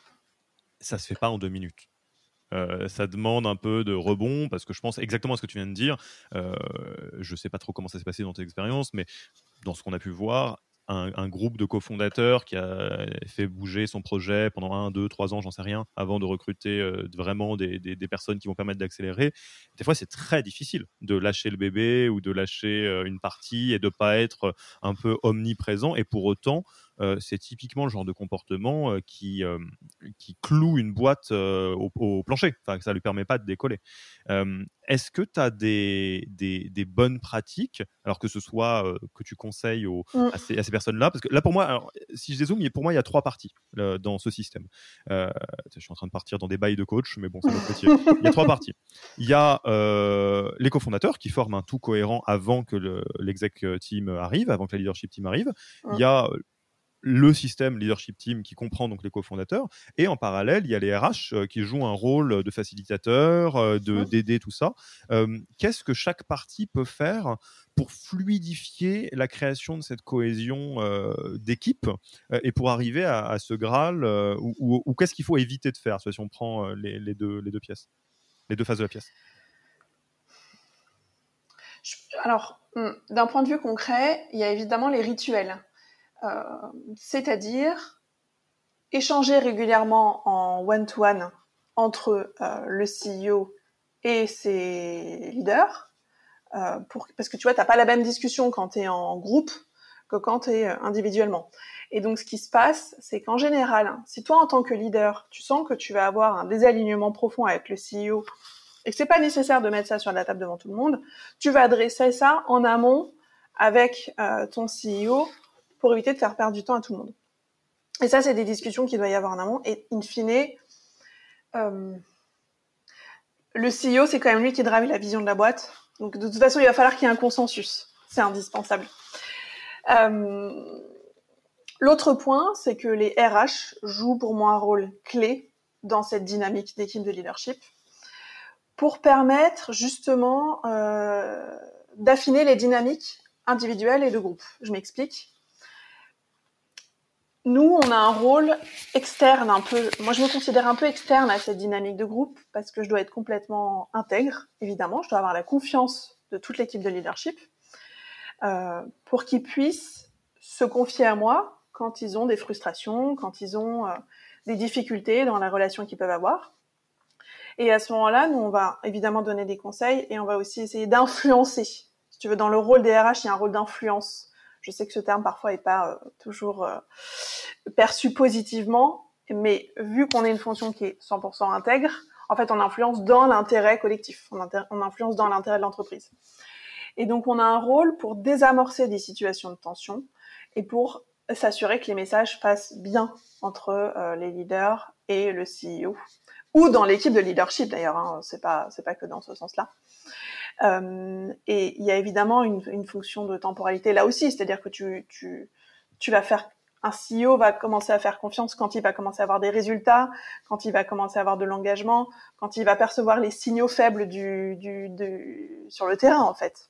ça se fait pas en deux minutes. Euh, ça demande un peu de rebond parce que je pense exactement à ce que tu viens de dire. Euh, je sais pas trop comment ça s'est passé dans tes expériences, mais dans ce qu'on a pu voir, un, un groupe de cofondateurs qui a fait bouger son projet pendant un, deux, trois ans, j'en sais rien, avant de recruter euh, vraiment des, des, des personnes qui vont permettre d'accélérer. Des fois, c'est très difficile de lâcher le bébé ou de lâcher euh, une partie et de pas être un peu omniprésent. Et pour autant, euh, c'est typiquement le genre de comportement euh, qui, euh, qui cloue une boîte euh, au, au plancher. Enfin, ça lui permet pas de décoller. Euh, est-ce que tu as des, des, des bonnes pratiques, alors que ce soit euh, que tu conseilles aux, Mm. à, ces, à ces personnes-là? Parce que là, pour moi, alors, si je dézoome, pour moi, il y a trois parties là, dans ce système. Euh, je suis en train de partir dans des bails de coach, mais bon, c'est notre métier. Il y a trois parties. Il y a euh, les cofondateurs qui forment un tout cohérent avant que le, l'exec team arrive, avant que la leadership team arrive. Mm. Il y a le système leadership team qui comprend donc les cofondateurs, et en parallèle il y a les R H euh, qui jouent un rôle de facilitateur, euh, de mmh. d'aider tout ça. Euh, qu'est-ce que chaque partie peut faire pour fluidifier la création de cette cohésion euh, d'équipe euh, et pour arriver à, à ce Graal euh, ou, ou, ou qu'est-ce qu'il faut éviter de faire si on prend euh, les, les, deux, les deux pièces, les deux faces de la pièce? Alors, d'un point de vue concret, il y a évidemment les rituels. Euh, c'est-à-dire échanger régulièrement en one-to-one entre euh, le C E O et ses leaders, euh, pour, parce que tu vois, t'as pas la même discussion quand t'es en groupe que quand t'es individuellement. Et donc, ce qui se passe, c'est qu'en général, si toi, en tant que leader, tu sens que tu vas avoir un désalignement profond avec le C E O et que c'est pas nécessaire de mettre ça sur la table devant tout le monde, tu vas adresser ça en amont avec euh, ton C E O pour éviter de faire perdre du temps à tout le monde. Et ça, c'est des discussions qu'il doit y avoir en amont. Et in fine, euh, le C E O, c'est quand même lui qui drive la vision de la boîte. Donc, de toute façon, il va falloir qu'il y ait un consensus. C'est indispensable. Euh, l'autre point, c'est que les R H jouent pour moi un rôle clé dans cette dynamique d'équipe de leadership pour permettre justement euh, d'affiner les dynamiques individuelles et de groupe. Je m'explique. Nous, on a un rôle externe un peu. Moi, je me considère un peu externe à cette dynamique de groupe parce que je dois être complètement intègre, évidemment. Je dois avoir la confiance de toute l'équipe de leadership euh, pour qu'ils puissent se confier à moi quand ils ont des frustrations, quand ils ont euh, des difficultés dans la relation qu'ils peuvent avoir. Et à ce moment-là, nous, on va évidemment donner des conseils et on va aussi essayer d'influencer. Si tu veux, dans le rôle des R H, il y a un rôle d'influence. Je sais que ce terme, parfois, n'est pas euh, toujours euh, perçu positivement, mais vu qu'on est une fonction qui est cent pour cent intègre, en fait, on influence dans l'intérêt collectif, on, inter- on influence dans l'intérêt de l'entreprise. Et donc, on a un rôle pour désamorcer des situations de tension et pour s'assurer que les messages passent bien entre euh, les leaders et le C E O, ou dans l'équipe de leadership d'ailleurs, hein, c'est pas, c'est pas que dans ce sens-là. Euh, et il y a évidemment une, une fonction de temporalité là aussi, c'est-à-dire que tu, tu, tu vas faire, un C E O va commencer à faire confiance quand il va commencer à avoir des résultats, quand il va commencer à avoir de l'engagement, quand il va percevoir les signaux faibles du, du, du, sur le terrain en fait.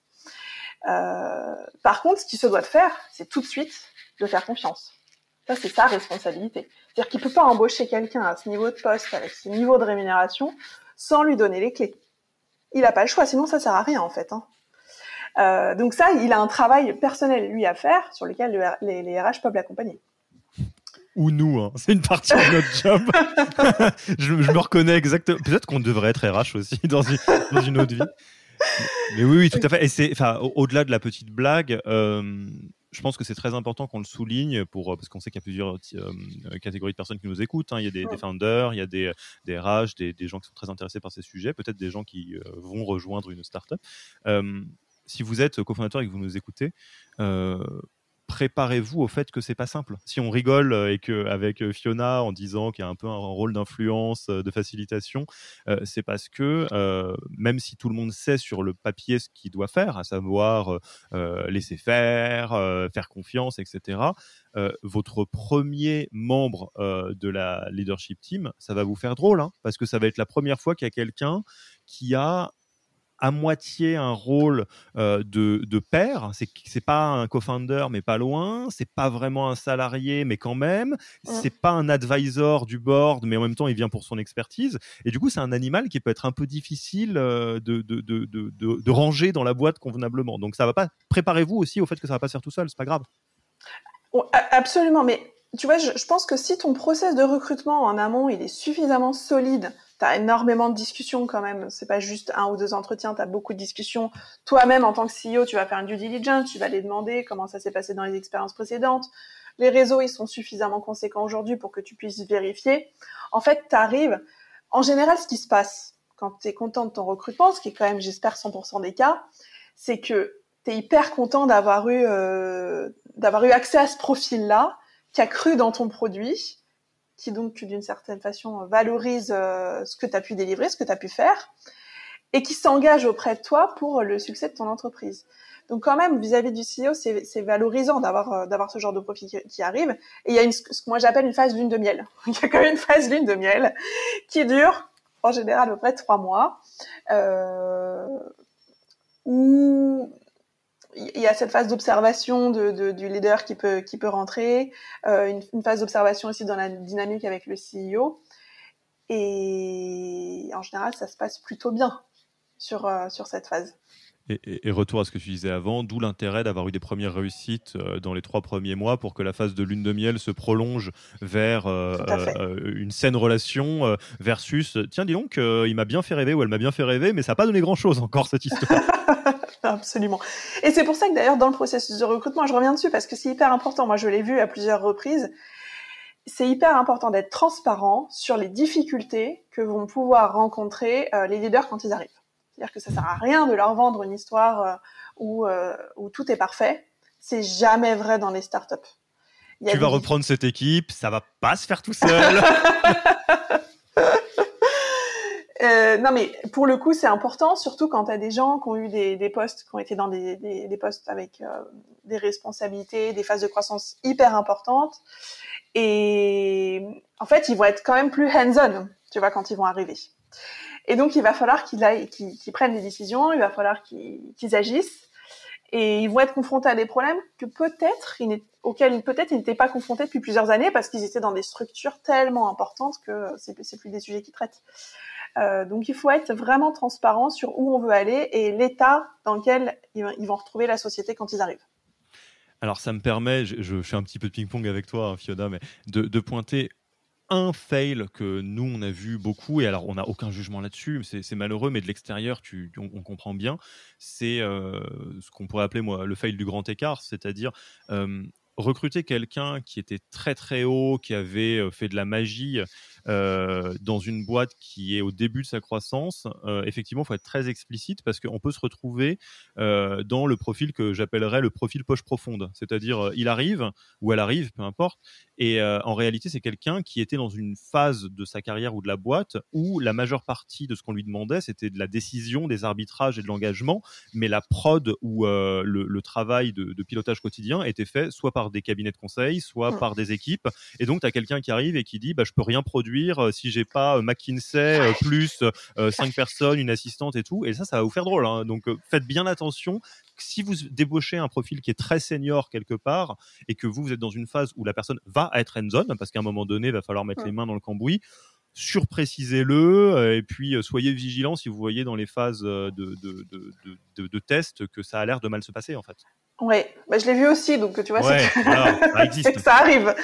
Euh, par contre, ce qu'il se doit de faire, c'est tout de suite de faire confiance. Ça, c'est sa responsabilité. C'est-à-dire qu'il peut pas embaucher quelqu'un à ce niveau de poste, avec ce niveau de rémunération, sans lui donner les clés. Il a pas le choix, sinon ça sert à rien en fait. Hein. Euh, donc ça, il a un travail personnel lui à faire sur lequel le, les, les R H peuvent l'accompagner. Ou nous, hein. C'est une partie de notre job. je, je me reconnais exactement. Peut-être qu'on devrait être R H aussi dans une, dans une autre vie. Mais, mais oui, oui, tout à fait. Et c'est, enfin, au- au-delà de la petite blague, euh, je pense que c'est très important qu'on le souligne pour, parce qu'on sait qu'il y a plusieurs euh, catégories de personnes qui nous écoutent. Hein. Il y a des, des founders, il y a des, des R H, des, des gens qui sont très intéressés par ces sujets, peut-être des gens qui euh, vont rejoindre une startup. Euh, si vous êtes cofondateur et que vous nous écoutez, euh, préparez-vous au fait que c'est pas simple. Si on rigole et que avec Fiona en disant qu'il y a un peu un rôle d'influence, de facilitation, euh, c'est parce que euh, même si tout le monde sait sur le papier ce qu'il doit faire, à savoir euh, laisser faire, euh, faire confiance, et cetera. Euh, votre premier membre euh, de la leadership team, ça va vous faire drôle, hein, parce que ça va être la première fois qu'il y a quelqu'un qui a à moitié un rôle euh, de, de père. C'est, c'est pas un co-founder, mais pas loin. C'est pas vraiment un salarié, mais quand même. C'est pas un advisor du board, mais en même temps, il vient pour son expertise. Et du coup, c'est un animal qui peut être un peu difficile euh, de, de, de, de, de, de ranger dans la boîte convenablement. Donc, ça va pas. Préparez-vous aussi au fait que ça va pas se faire tout seul. C'est pas grave. Oh, absolument, mais tu vois, je, je pense que si ton process de recrutement en amont, il est suffisamment solide, tu as énormément de discussions quand même, c'est pas juste un ou deux entretiens, tu as beaucoup de discussions. Toi-même, en tant que C E O, tu vas faire une due diligence, tu vas les demander comment ça s'est passé dans les expériences précédentes. Les réseaux, ils sont suffisamment conséquents aujourd'hui pour que tu puisses vérifier. En fait, tu arrives... En général, ce qui se passe quand tu es content de ton recrutement, ce qui est quand même, j'espère, cent pour cent des cas, c'est que tu es hyper content d'avoir eu, euh, d'avoir eu accès à ce profil-là, qui a cru dans ton produit, qui donc, d'une certaine façon, valorise euh, ce que tu as pu délivrer, ce que tu as pu faire, et qui s'engage auprès de toi pour le succès de ton entreprise. Donc quand même, vis-à-vis du C E O, c'est, c'est valorisant d'avoir, euh, d'avoir ce genre de profil qui, qui arrive. Et il y a une, ce que moi j'appelle une phase lune de miel. Il y a quand même une phase lune de miel qui dure, en général, à peu près trois mois, euh, où il y a cette phase d'observation de, de, du leader qui peut, qui peut rentrer, euh, une, une phase d'observation aussi dans la dynamique avec le C E O. Et en général, ça se passe plutôt bien sur, euh, sur cette phase. Et, et, et retour à ce que tu disais avant, d'où l'intérêt d'avoir eu des premières réussites euh, dans les trois premiers mois pour que la phase de lune de miel se prolonge vers euh, euh, une saine relation euh, versus tiens dis donc euh, il m'a bien fait rêver ou elle m'a bien fait rêver mais ça n'a pas donné grand chose encore cette histoire. Absolument. Et c'est pour ça que d'ailleurs dans le processus de recrutement, je reviens dessus parce que c'est hyper important, moi je l'ai vu à plusieurs reprises, c'est hyper important d'être transparent sur les difficultés que vont pouvoir rencontrer euh, les leaders quand ils arrivent. C'est-à-dire que ça sert à rien de leur vendre une histoire euh, où, euh, où tout est parfait. C'est jamais vrai dans les startups. Il y a tu vas des... reprendre cette équipe, ça va pas se faire tout seul. Euh, non, mais pour le coup, c'est important, surtout quand tu as des gens qui ont eu des, des postes, qui ont été dans des, des, des postes avec euh, des responsabilités, des phases de croissance hyper importantes. Et en fait, ils vont être quand même plus hands-on, tu vois, quand ils vont arriver. Et donc, il va falloir qu'ils, aillent, qu'ils, qu'ils prennent des décisions, il va falloir qu'ils, qu'ils agissent. Et ils vont être confrontés à des problèmes que peut-être, ils auxquels peut-être ils n'étaient pas confrontés depuis plusieurs années parce qu'ils étaient dans des structures tellement importantes que c'est, c'est plus des sujets qu'ils traitent. Euh, donc, il faut être vraiment transparent sur où on veut aller et l'état dans lequel ils vont retrouver la société quand ils arrivent. Alors, ça me permet, je, je fais un petit peu de ping-pong avec toi, hein, Fiona, mais de, de pointer un fail que nous, on a vu beaucoup, et alors on n'a aucun jugement là-dessus, c'est, c'est malheureux, mais de l'extérieur, tu, on, on comprend bien, c'est euh, ce qu'on pourrait appeler moi, le fail du grand écart, c'est-à-dire euh, recruter quelqu'un qui était très très haut, qui avait fait de la magie euh, dans une boîte qui est au début de sa croissance. Euh, effectivement, il faut être très explicite parce qu'on peut se retrouver euh, dans le profil que j'appellerais le profil poche profonde, c'est-à-dire il arrive ou elle arrive, peu importe, et euh, en réalité, c'est quelqu'un qui était dans une phase de sa carrière ou de la boîte où la majeure partie de ce qu'on lui demandait, c'était de la décision, des arbitrages et de l'engagement, mais la prod ou euh, le, le travail de, de pilotage quotidien était fait soit par des cabinets de conseil, soit mmh. par des équipes. Et donc, tu as quelqu'un qui arrive et qui dit bah, « je peux rien produire euh, si j'ai pas euh, McKinsey euh, plus euh, cinq personnes, une assistante et tout ». Et ça, ça va vous faire drôle. Hein. Donc, euh, faites bien attention. Si vous débauchez un profil qui est très senior quelque part et que vous, vous êtes dans une phase où la personne va être hands-on, parce qu'à un moment donné, il va falloir mettre ouais. les mains dans le cambouis, surprécisez-le et puis soyez vigilants si vous voyez dans les phases de, de, de, de, de, de test que ça a l'air de mal se passer en fait. Oui, bah, je l'ai vu aussi, donc tu vois, ouais, c'est, que... voilà, ça, existe. c'est que ça arrive.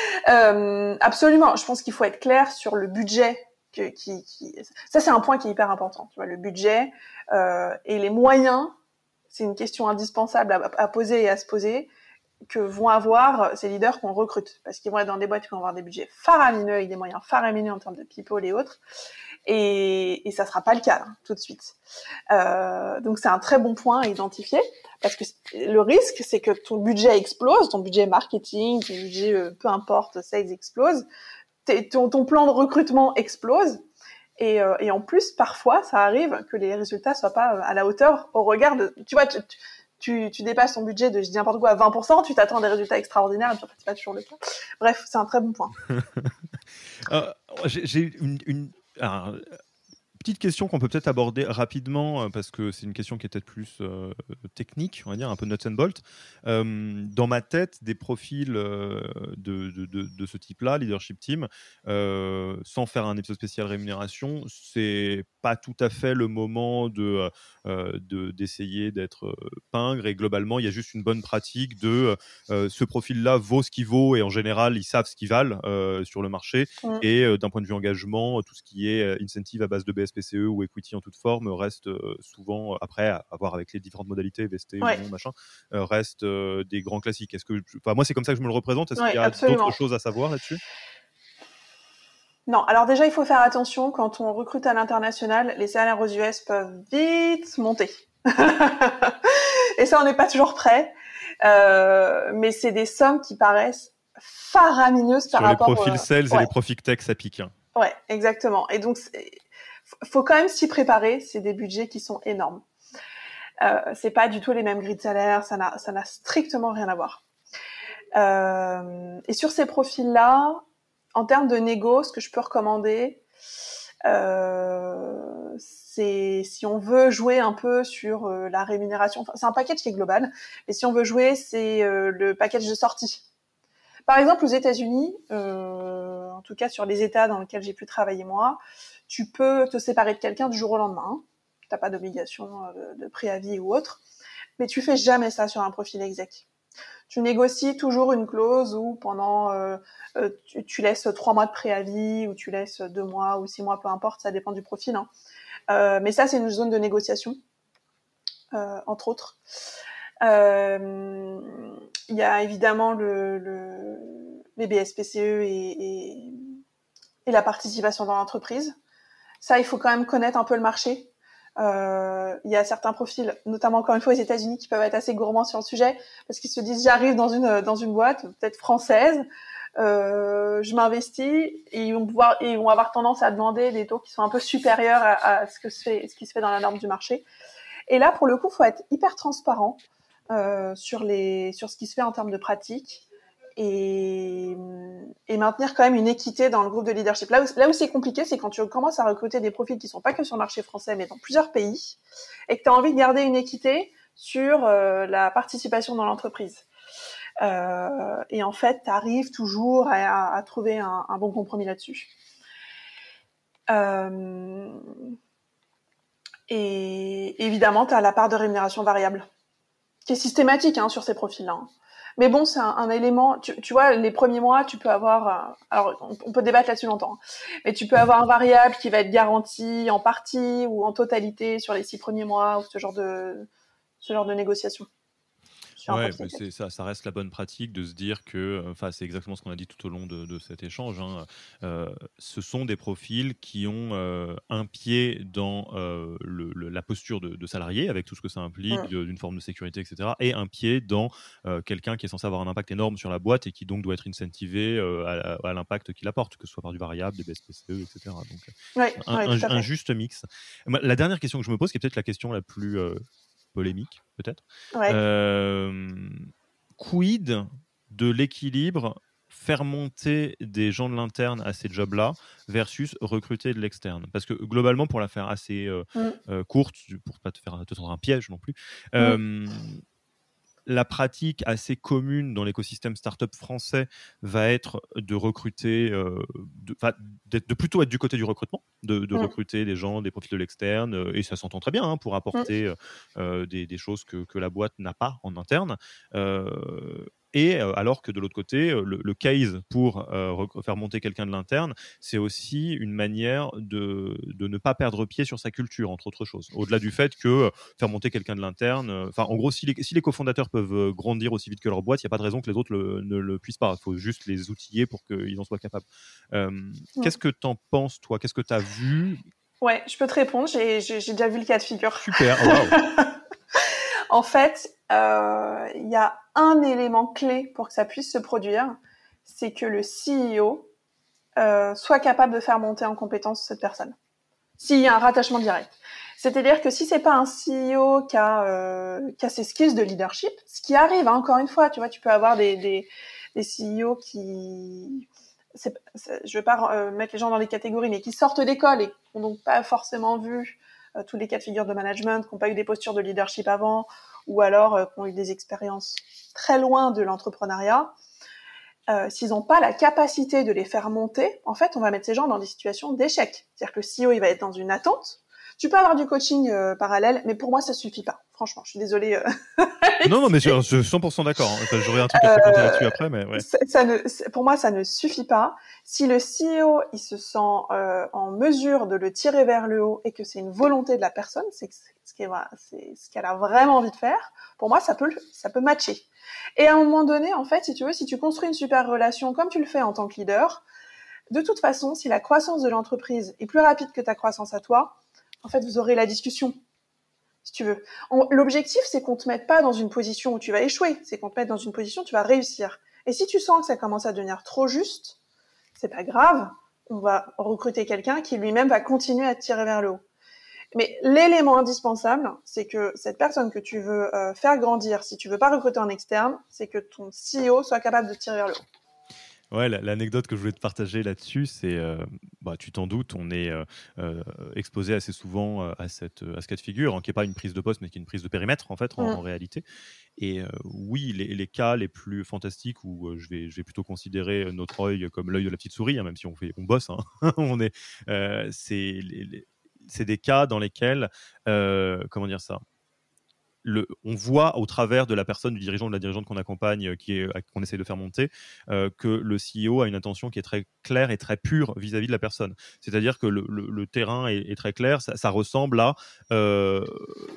Euh, absolument, je pense qu'il faut être clair sur le budget. Que, qui, qui... Ça, c'est un point qui est hyper important. Tu vois, le budget euh, et les moyens, c'est une question indispensable à, à poser et à se poser que vont avoir ces leaders qu'on recrute. Parce qu'ils vont être dans des boîtes qui vont avoir des budgets faramineux et des moyens faramineux en termes de people et autres. Et, et ça sera pas le cas, hein, tout de suite. Euh, donc, c'est un très bon point à identifier. Parce que le risque, c'est que ton budget explose, ton budget marketing, ton budget, euh, peu importe, sales explose. Ton, ton plan de recrutement explose. Et, euh, et en plus, parfois, ça arrive que les résultats soient pas à la hauteur au regard de... Tu vois, tu, tu, tu dépasses ton budget de, je dis n'importe quoi, à vingt pour cent, tu t'attends à des résultats extraordinaires, et puis en fait, c'est pas toujours le cas. Bref, c'est un très bon point. euh, j'ai, j'ai une... une... Alors, petite question qu'on peut peut-être aborder rapidement parce que c'est une question qui est peut-être plus euh, technique, on va dire, un peu nuts and bolts. Euh, dans ma tête, des profils euh, de, de, de, de ce type-là, leadership team, euh, sans faire un épisode spécial rémunération, c'est pas tout à fait le moment de, euh, de, d'essayer d'être euh, pingre et globalement, il y a juste une bonne pratique de euh, ce profil-là vaut ce qu'il vaut et en général, ils savent ce qu'ils valent euh, sur le marché mmh. et euh, d'un point de vue engagement, tout ce qui est euh, incentive à base de B S P C E ou equity en toute forme reste euh, souvent, après à voir avec les différentes modalités, vesté ouais. ou non, machin, euh, reste euh, des grands classiques. Est-ce que, enfin, moi, c'est comme ça que je me le représente. Est-ce ouais, qu'il y a absolument. d'autres choses à savoir là-dessus ? Non, alors déjà, il faut faire attention. Quand on recrute à l'international, les salaires aux U S peuvent vite monter. Et ça, on n'est pas toujours prêt. Euh, mais c'est des sommes qui paraissent faramineuses par Sur rapport... Sur les profils sales ouais. et les profils tech, ça pique. Hein. Ouais, exactement. Et donc, il faut quand même s'y préparer. C'est des budgets qui sont énormes. Euh, c'est pas du tout les mêmes grilles de salaire. Ça n'a, ça n'a strictement rien à voir. Euh, et sur ces profils-là, en termes de négo, ce que je peux recommander, euh, c'est si on veut jouer un peu sur euh, la rémunération, enfin, c'est un package qui est global, mais si on veut jouer, c'est euh, le package de sortie. Par exemple, aux États-Unis, euh, en tout cas sur les États dans lesquels j'ai pu travailler moi, tu peux te séparer de quelqu'un du jour au lendemain. Hein. T'as pas d'obligation de, de préavis ou autre, mais tu fais jamais ça sur un profil exec. Tu négocies toujours une clause où pendant euh, euh, tu, tu laisses trois mois de préavis ou tu laisses deux mois ou six mois, peu importe, ça dépend du profil. Hein. Euh, mais ça, c'est une zone de négociation, euh, entre autres. Il euh, y a évidemment le, le, les B S P C E et, et, et la participation dans l'entreprise. Ça, il faut quand même connaître un peu le marché. Euh, il y a certains profils, notamment encore une fois aux États-Unis, qui peuvent être assez gourmands sur le sujet parce qu'ils se disent j'arrive dans une dans une boîte peut-être française, euh, je m'investis et ils vont pouvoir et ils vont avoir tendance à demander des taux qui sont un peu supérieurs à, à ce que se fait ce qui se fait dans la norme du marché. Et là, pour le coup, faut être hyper transparent euh, sur les sur ce qui se fait en termes de pratique. Et, et maintenir quand même une équité dans le groupe de leadership. Là où, là où c'est compliqué, c'est quand tu commences à recruter des profils qui sont pas que sur le marché français, mais dans plusieurs pays, et que tu as envie de garder une équité sur euh, la participation dans l'entreprise. Euh, et en fait, tu arrives toujours à, à, à trouver un, un bon compromis là-dessus. Euh, et évidemment, tu as la part de rémunération variable, qui est systématique hein, sur ces profils-là. Hein. Mais bon, c'est un, un élément. Tu, tu vois, les premiers mois, tu peux avoir. Euh, alors, on, on peut débattre là-dessus longtemps. Hein, mais tu peux avoir un variable qui va être garanti en partie ou en totalité sur les six premiers mois ou ce genre de ce genre de négociation. Ouais, mais c'est, ça, ça reste la bonne pratique de se dire que, enfin, c'est exactement ce qu'on a dit tout au long de, de cet échange. Hein, euh, ce sont des profils qui ont euh, un pied dans euh, le, le, la posture de, de salarié, avec tout ce que ça implique, mmh. de, d'une forme de sécurité, et cetera, et un pied dans euh, quelqu'un qui est censé avoir un impact énorme sur la boîte et qui donc doit être incentivé euh, à, à l'impact qu'il apporte, que ce soit par du variable, des B S P C E, et cetera. Donc, ouais, un, ouais, un, un juste mix. La dernière question que je me pose, qui est peut-être la question la plus euh, polémique, peut-être. Ouais. Euh, quid de l'équilibre faire monter des gens de l'interne à ces jobs-là versus recruter de l'externe? Parce que globalement, pour la faire assez euh, mm. euh, courte, pour pas te faire te tendre un piège non plus, mm. euh, la pratique assez commune dans l'écosystème startup français va être de recruter, euh, de, de plutôt être du côté du recrutement, de, de mmh. recruter des gens, des profils de l'externe, euh, et ça s'entend très bien hein, pour apporter mmh. euh, des, des choses que, que la boîte n'a pas en interne. Euh, Et euh, alors que de l'autre côté, le, le case pour euh, faire monter quelqu'un de l'interne, c'est aussi une manière de, de ne pas perdre pied sur sa culture, entre autres choses. Au-delà du fait que euh, faire monter quelqu'un de l'interne, enfin, euh, en gros, si les, si les cofondateurs peuvent grandir aussi vite que leur boîte, il n'y a pas de raison que les autres le, ne le puissent pas. Il faut juste les outiller pour qu'ils en soient capables. Euh, ouais. Qu'est-ce que tu en penses, toi? Qu'est-ce que tu as vu? Ouais, je peux te répondre. J'ai, j'ai, j'ai déjà vu le cas de figure. Super, oh, wow. En fait, il euh, y a un élément clé pour que ça puisse se produire, c'est que le C E O euh, soit capable de faire monter en compétence cette personne, s'il y a un rattachement direct. C'est-à-dire que si c'est pas un C E O qui a, euh, qui a ses skills de leadership, ce qui arrive, hein, encore une fois, tu vois, tu peux avoir des, des, des C E O qui... C'est, c'est, je veux pas euh, mettre les gens dans les catégories, mais qui sortent d'école et qui n'ont donc pas forcément vu euh, tous les cas de figure de management, qui n'ont pas eu des postures de leadership avant, ou alors euh, qui ont eu des expériences très loin de l'entrepreneuriat. Euh, s'ils n'ont pas la capacité de les faire monter, en fait, on va mettre ces gens dans des situations d'échec. C'est-à-dire que le C E O, il va être dans une attente. Tu peux avoir du coaching euh, parallèle, mais pour moi, ça suffit pas. Franchement, je suis désolée. Euh... non, non, mais je suis cent pour cent d'accord. Enfin, j'aurais un truc à te raconter euh, là-dessus après, mais ouais. Ça, ça ne, pour moi, ça ne suffit pas. Si le C E O, il se sent euh, en mesure de le tirer vers le haut et que c'est une volonté de la personne, c'est ce qu'elle, c'est ce qu'elle a vraiment envie de faire. Pour moi, ça peut, ça peut matcher. Et à un moment donné, en fait, si tu veux, si tu construis une super relation comme tu le fais en tant que leader, de toute façon, si la croissance de l'entreprise est plus rapide que ta croissance à toi, en fait, vous aurez la discussion, si tu veux. On, l'objectif, c'est qu'on te mette pas dans une position où tu vas échouer, c'est qu'on te mette dans une position où tu vas réussir. Et si tu sens que ça commence à devenir trop juste, c'est pas grave, on va recruter quelqu'un qui lui-même va continuer à te tirer vers le haut. Mais l'élément indispensable, c'est que cette personne que tu veux euh, faire grandir, si tu veux pas recruter en externe, c'est que ton C E O soit capable de te tirer vers le haut. Ouais, l'anecdote que je voulais te partager là-dessus, c'est, euh, bah, tu t'en doutes, on est euh, euh, exposé assez souvent euh, à, cette, à ce cas de figure, hein, qui n'est pas une prise de poste, mais qui est une prise de périmètre, en fait, en, mmh. en réalité. Et euh, oui, les, les cas les plus fantastiques où euh, je, vais, je vais plutôt considérer notre œil comme l'œil de la petite souris, hein, même si on, fait, on bosse, hein, on est, euh, c'est, les, les, c'est des cas dans lesquels, euh, comment dire ça, Le, on voit au travers de la personne, du dirigeant ou de la dirigeante qu'on accompagne, qui est, qu'on essaie de faire monter, euh, que le C E O a une intention qui est très claire et très pure vis-à-vis de la personne. C'est-à-dire que le, le, le terrain est, est très clair, ça, ça ressemble à euh,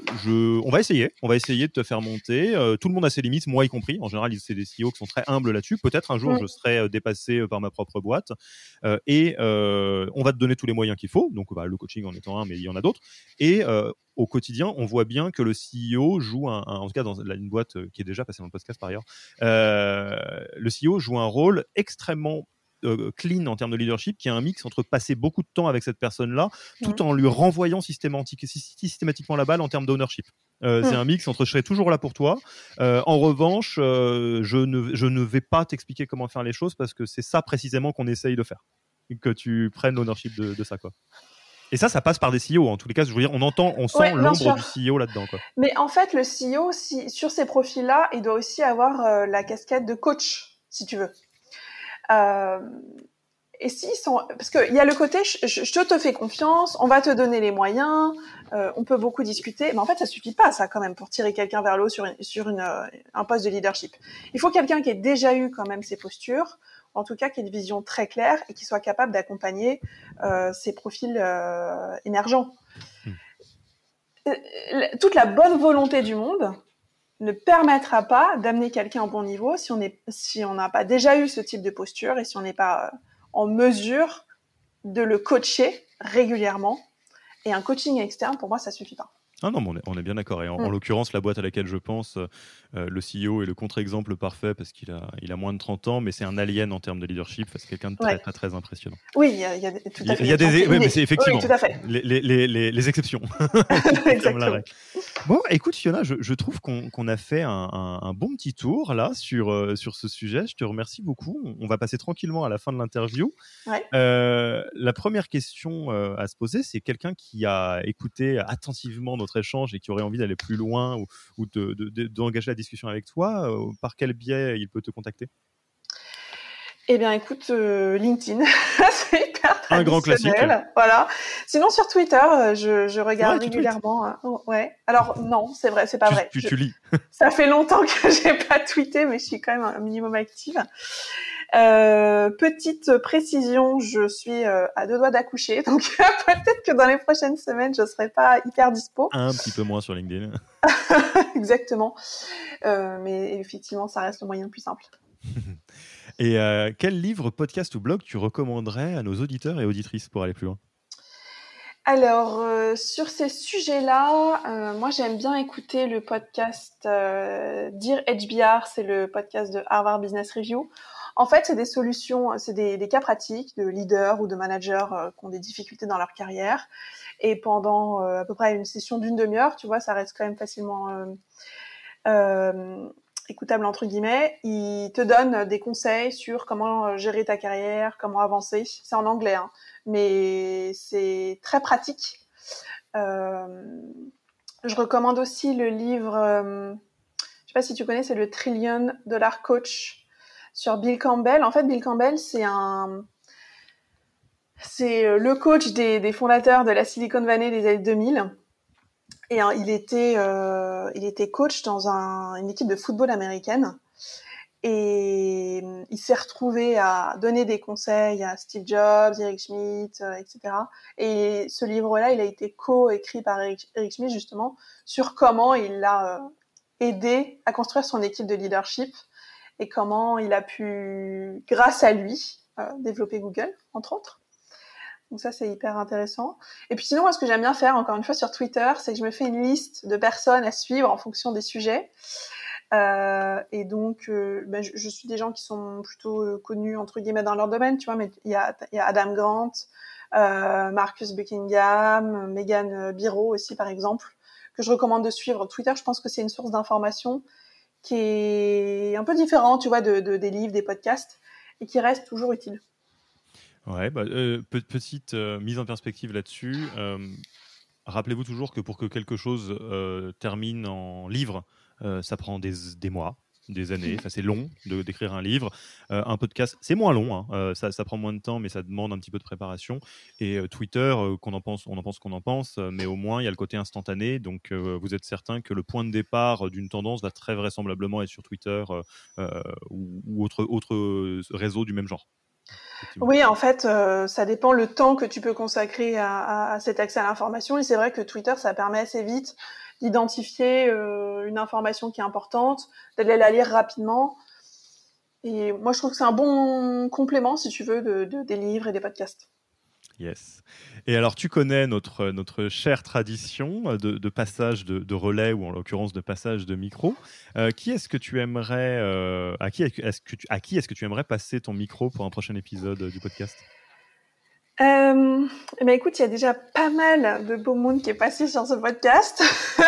je, on va essayer, on va essayer de te faire monter. Euh, tout le monde a ses limites, moi y compris. En général, c'est des C E O qui sont très humbles là-dessus. Peut-être un jour, oui. je serai dépassé par ma propre boîte. Euh, et euh, on va te donner tous les moyens qu'il faut. Donc, bah, le coaching en étant un, mais il y en a d'autres. Et euh, au quotidien, on voit bien que le C E O joue, un, un, en tout cas dans une boîte qui est déjà passée dans le podcast par ailleurs, euh, le C E O joue un rôle extrêmement euh, clean en termes de leadership, qui est un mix entre passer beaucoup de temps avec cette personne-là, tout mmh. en lui renvoyant systématique, systématiquement la balle en termes d'ownership. Euh, mmh. C'est un mix entre je serai toujours là pour toi. Euh, en revanche, euh, je, ne, je ne vais pas t'expliquer comment faire les choses parce que c'est ça précisément qu'on essaye de faire. Que tu prennes l'ownership de, de ça, quoi. Et ça, ça passe par des C E O. En tous les cas, je veux dire, on entend, on sent ouais, l'ombre du C E O là-dedans, quoi. Mais en fait, le C E O, si, sur ces profils-là, il doit aussi avoir euh, la casquette de coach, si tu veux. Euh, et s'ils sont, parce que il y a le côté, je, je, je te fais confiance, on va te donner les moyens, euh, on peut beaucoup discuter, mais en fait, ça suffit pas, ça, quand même, pour tirer quelqu'un vers le haut sur, une, sur une, euh, un poste de leadership. Il faut quelqu'un qui ait déjà eu quand même ces postures, en tout cas qui ait une vision très claire et qui soit capable d'accompagner euh, ces profils euh, émergents. Mmh. Toute la bonne volonté du monde ne permettra pas d'amener quelqu'un au bon niveau si on est, si on n'a pas déjà eu ce type de posture et si on n'est pas en mesure de le coacher régulièrement. Et un coaching externe, pour moi, ça suffit pas. Ah non, mais on est, on est bien d'accord. Et en, mmh. en l'occurrence, la boîte à laquelle je pense, euh, le C E O est le contre-exemple parfait parce qu'il a, il a moins de trente ans, mais c'est un alien en termes de leadership. C'est quelqu'un de très, ouais. très, très impressionnant. Oui, il y a, il y a tout à fait. Il y a des, oui, mais c'est effectivement oui, tout à fait. Les, les, les, les exceptions. Exactement. Bon, écoute, Fiona, je, je trouve qu'on, qu'on a fait un, un, un bon petit tour là sur, euh, sur ce sujet. Je te remercie beaucoup. On va passer tranquillement à la fin de l'interview. Ouais. Euh, la première question euh, à se poser, c'est quelqu'un qui a écouté attentivement notre échange et qui aurait envie d'aller plus loin ou, ou de, de, de, d'engager la discussion avec toi, euh, par quel biais il peut te contacter ? Eh bien, écoute, euh, LinkedIn, c'est hyper un grand classique. Voilà. Sinon, sur Twitter, je, je regarde ouais, régulièrement. Hein. Ouais. Alors non, c'est vrai, c'est pas tu, vrai. Tu, je, tu lis. Ça fait longtemps que j'ai pas tweeté, mais je suis quand même un minimum active. Euh, petite précision, je suis euh, à deux doigts d'accoucher, donc peut-être que dans les prochaines semaines, je serai pas hyper dispo. Un petit peu moins sur LinkedIn. Exactement. Euh, mais effectivement, ça reste le moyen le plus simple. Et euh, quel livre, podcast ou blog tu recommanderais à nos auditeurs et auditrices pour aller plus loin ? Alors, euh, sur ces sujets-là, euh, moi, j'aime bien écouter le podcast euh, Dear H B R, c'est le podcast de Harvard Business Review. En fait, c'est des solutions, c'est des, des cas pratiques de leaders ou de managers euh, qui ont des difficultés dans leur carrière. Et pendant euh, à peu près une session d'une demi-heure, tu vois, ça reste quand même facilement euh, euh, écoutable entre guillemets. Il te donne des conseils sur comment gérer ta carrière, comment avancer. C'est en anglais, hein, mais c'est très pratique. Euh, je recommande aussi le livre, euh, je sais pas si tu connais, c'est le Trillion Dollar Coach sur Bill Campbell. En fait, Bill Campbell, c'est un, c'est le coach des, des fondateurs de la Silicon Valley des années deux mille. Et hein, il était, euh, il était coach dans un, une équipe de football américaine. Et il s'est retrouvé à donner des conseils à Steve Jobs, Eric Schmidt, euh, et cetera. Et ce livre-là, il a été co-écrit par Eric, Eric Schmidt, justement, sur comment il l'a euh, aidé à construire son équipe de leadership et comment il a pu, grâce à lui, euh, développer Google, entre autres. Donc ça, c'est hyper intéressant. Et puis sinon, moi, ce que j'aime bien faire, encore une fois, sur Twitter, c'est que je me fais une liste de personnes à suivre en fonction des sujets. Euh, et donc, euh, ben, je, je suis des gens qui sont plutôt euh, connus, entre guillemets, dans leur domaine, tu vois, mais il y a, il y a Adam Grant, euh, Marcus Buckingham, Megan Biro aussi, par exemple, que je recommande de suivre. Twitter, je pense que c'est une source d'information qui est un peu différente, tu vois, de, de, des livres, des podcasts, et qui reste toujours utile. Ouais, bah, euh, petite euh, mise en perspective là-dessus. Euh, rappelez-vous toujours que pour que quelque chose euh, termine en livre, euh, ça prend des, des mois, des années. Enfin, c'est long de, d'écrire un livre. Euh, un podcast, c'est moins long. Hein. Euh, ça, ça prend moins de temps, mais ça demande un petit peu de préparation. Et euh, Twitter, euh, qu'on en pense, on en pense qu'on en pense, euh, mais au moins il y a le côté instantané. Donc, euh, vous êtes certain que le point de départ d'une tendance va très vraisemblablement être sur Twitter euh, euh, ou, ou autre, autre réseau du même genre. Oui, en fait, euh, ça dépend le temps que tu peux consacrer à, à, à cet accès à l'information. Et c'est vrai que Twitter, ça permet assez vite d'identifier euh, une information qui est importante, d'aller la lire rapidement. Et moi, je trouve que c'est un bon complément, si tu veux, de, de, des livres et des podcasts. Yes. Et alors, tu connais notre, notre chère tradition de, de passage de, de relais, ou en l'occurrence de passage de micro. Euh, qui est-ce que tu aimerais, euh, à, qui est-ce que tu, à qui est-ce que tu aimerais passer ton micro pour un prochain épisode du podcast ? euh, eh ben, écoute, il y a déjà pas mal de beau monde qui est passé sur ce podcast.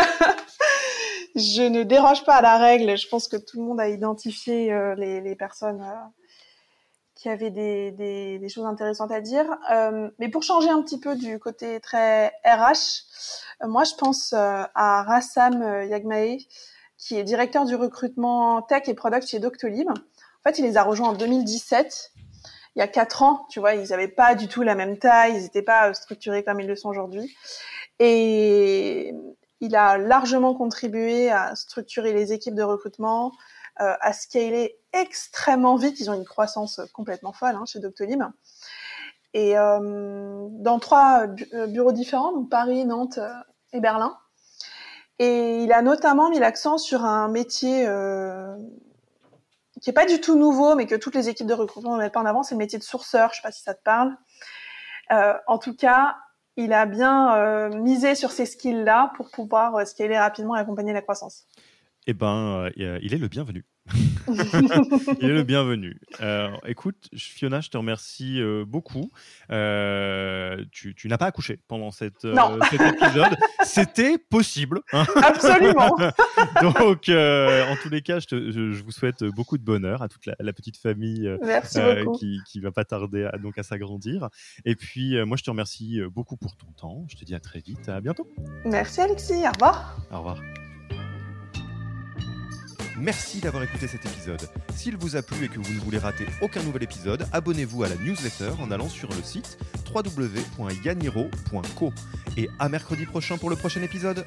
Je ne déroge pas à la règle. Je pense que tout le monde a identifié euh, les, les personnes... Euh, qui avait des, des, des choses intéressantes à dire. Euh, mais pour changer un petit peu du côté très R H, euh, moi, je pense euh, à Rassam Yagmae, qui est directeur du recrutement tech et product chez Doctolib. En fait, il les a rejoints en deux mille dix-sept. Il y a quatre ans, tu vois, ils n'avaient pas du tout la même taille, ils n'étaient pas structurés comme ils le sont aujourd'hui. Et il a largement contribué à structurer les équipes de recrutement, euh, à scaler extrêmement vite. Ils ont une croissance complètement folle hein, chez Doctolib. Et euh, dans trois bu- bureaux différents, donc Paris, Nantes euh, et Berlin. Et il a notamment mis l'accent sur un métier euh, qui est pas du tout nouveau, mais que toutes les équipes de recrutement ne mettent pas en avant, c'est le métier de sourceur. Je sais pas si ça te parle. Euh, en tout cas, il a bien euh, misé sur ces skills-là pour pouvoir euh, scaler rapidement et accompagner la croissance. Eh ben, euh, il est le bienvenu. Il est le bienvenu. Euh, écoute, Fiona, je te remercie euh, beaucoup. Euh, tu, tu n'as pas accouché pendant cette, euh, cet épisode. C'était possible. Hein. Absolument. Donc, euh, en tous les cas, je, te, je, je vous souhaite beaucoup de bonheur à toute la, la petite famille euh, qui, qui va pas tarder à, donc à s'agrandir. Et puis, euh, moi, je te remercie beaucoup pour ton temps. Je te dis à très vite. À bientôt. Merci, Alexis. Au revoir. Au revoir. Merci d'avoir écouté cet épisode. S'il vous a plu et que vous ne voulez rater aucun nouvel épisode, abonnez-vous à la newsletter en allant sur le site w w w point yaniro point co. Et à mercredi prochain pour le prochain épisode.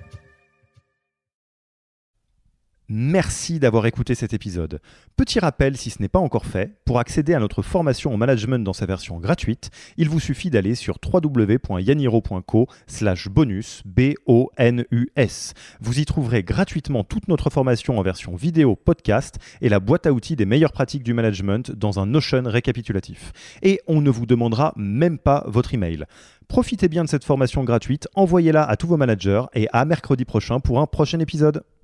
Merci d'avoir écouté cet épisode. Petit rappel, si ce n'est pas encore fait, pour accéder à notre formation en management dans sa version gratuite, il vous suffit d'aller sur w w w point yaniro point co slash bonus, B O N U S. Vous y trouverez gratuitement toute notre formation en version vidéo podcast et la boîte à outils des meilleures pratiques du management dans un Notion récapitulatif. Et on ne vous demandera même pas votre email. Profitez bien de cette formation gratuite, envoyez-la à tous vos managers et à mercredi prochain pour un prochain épisode.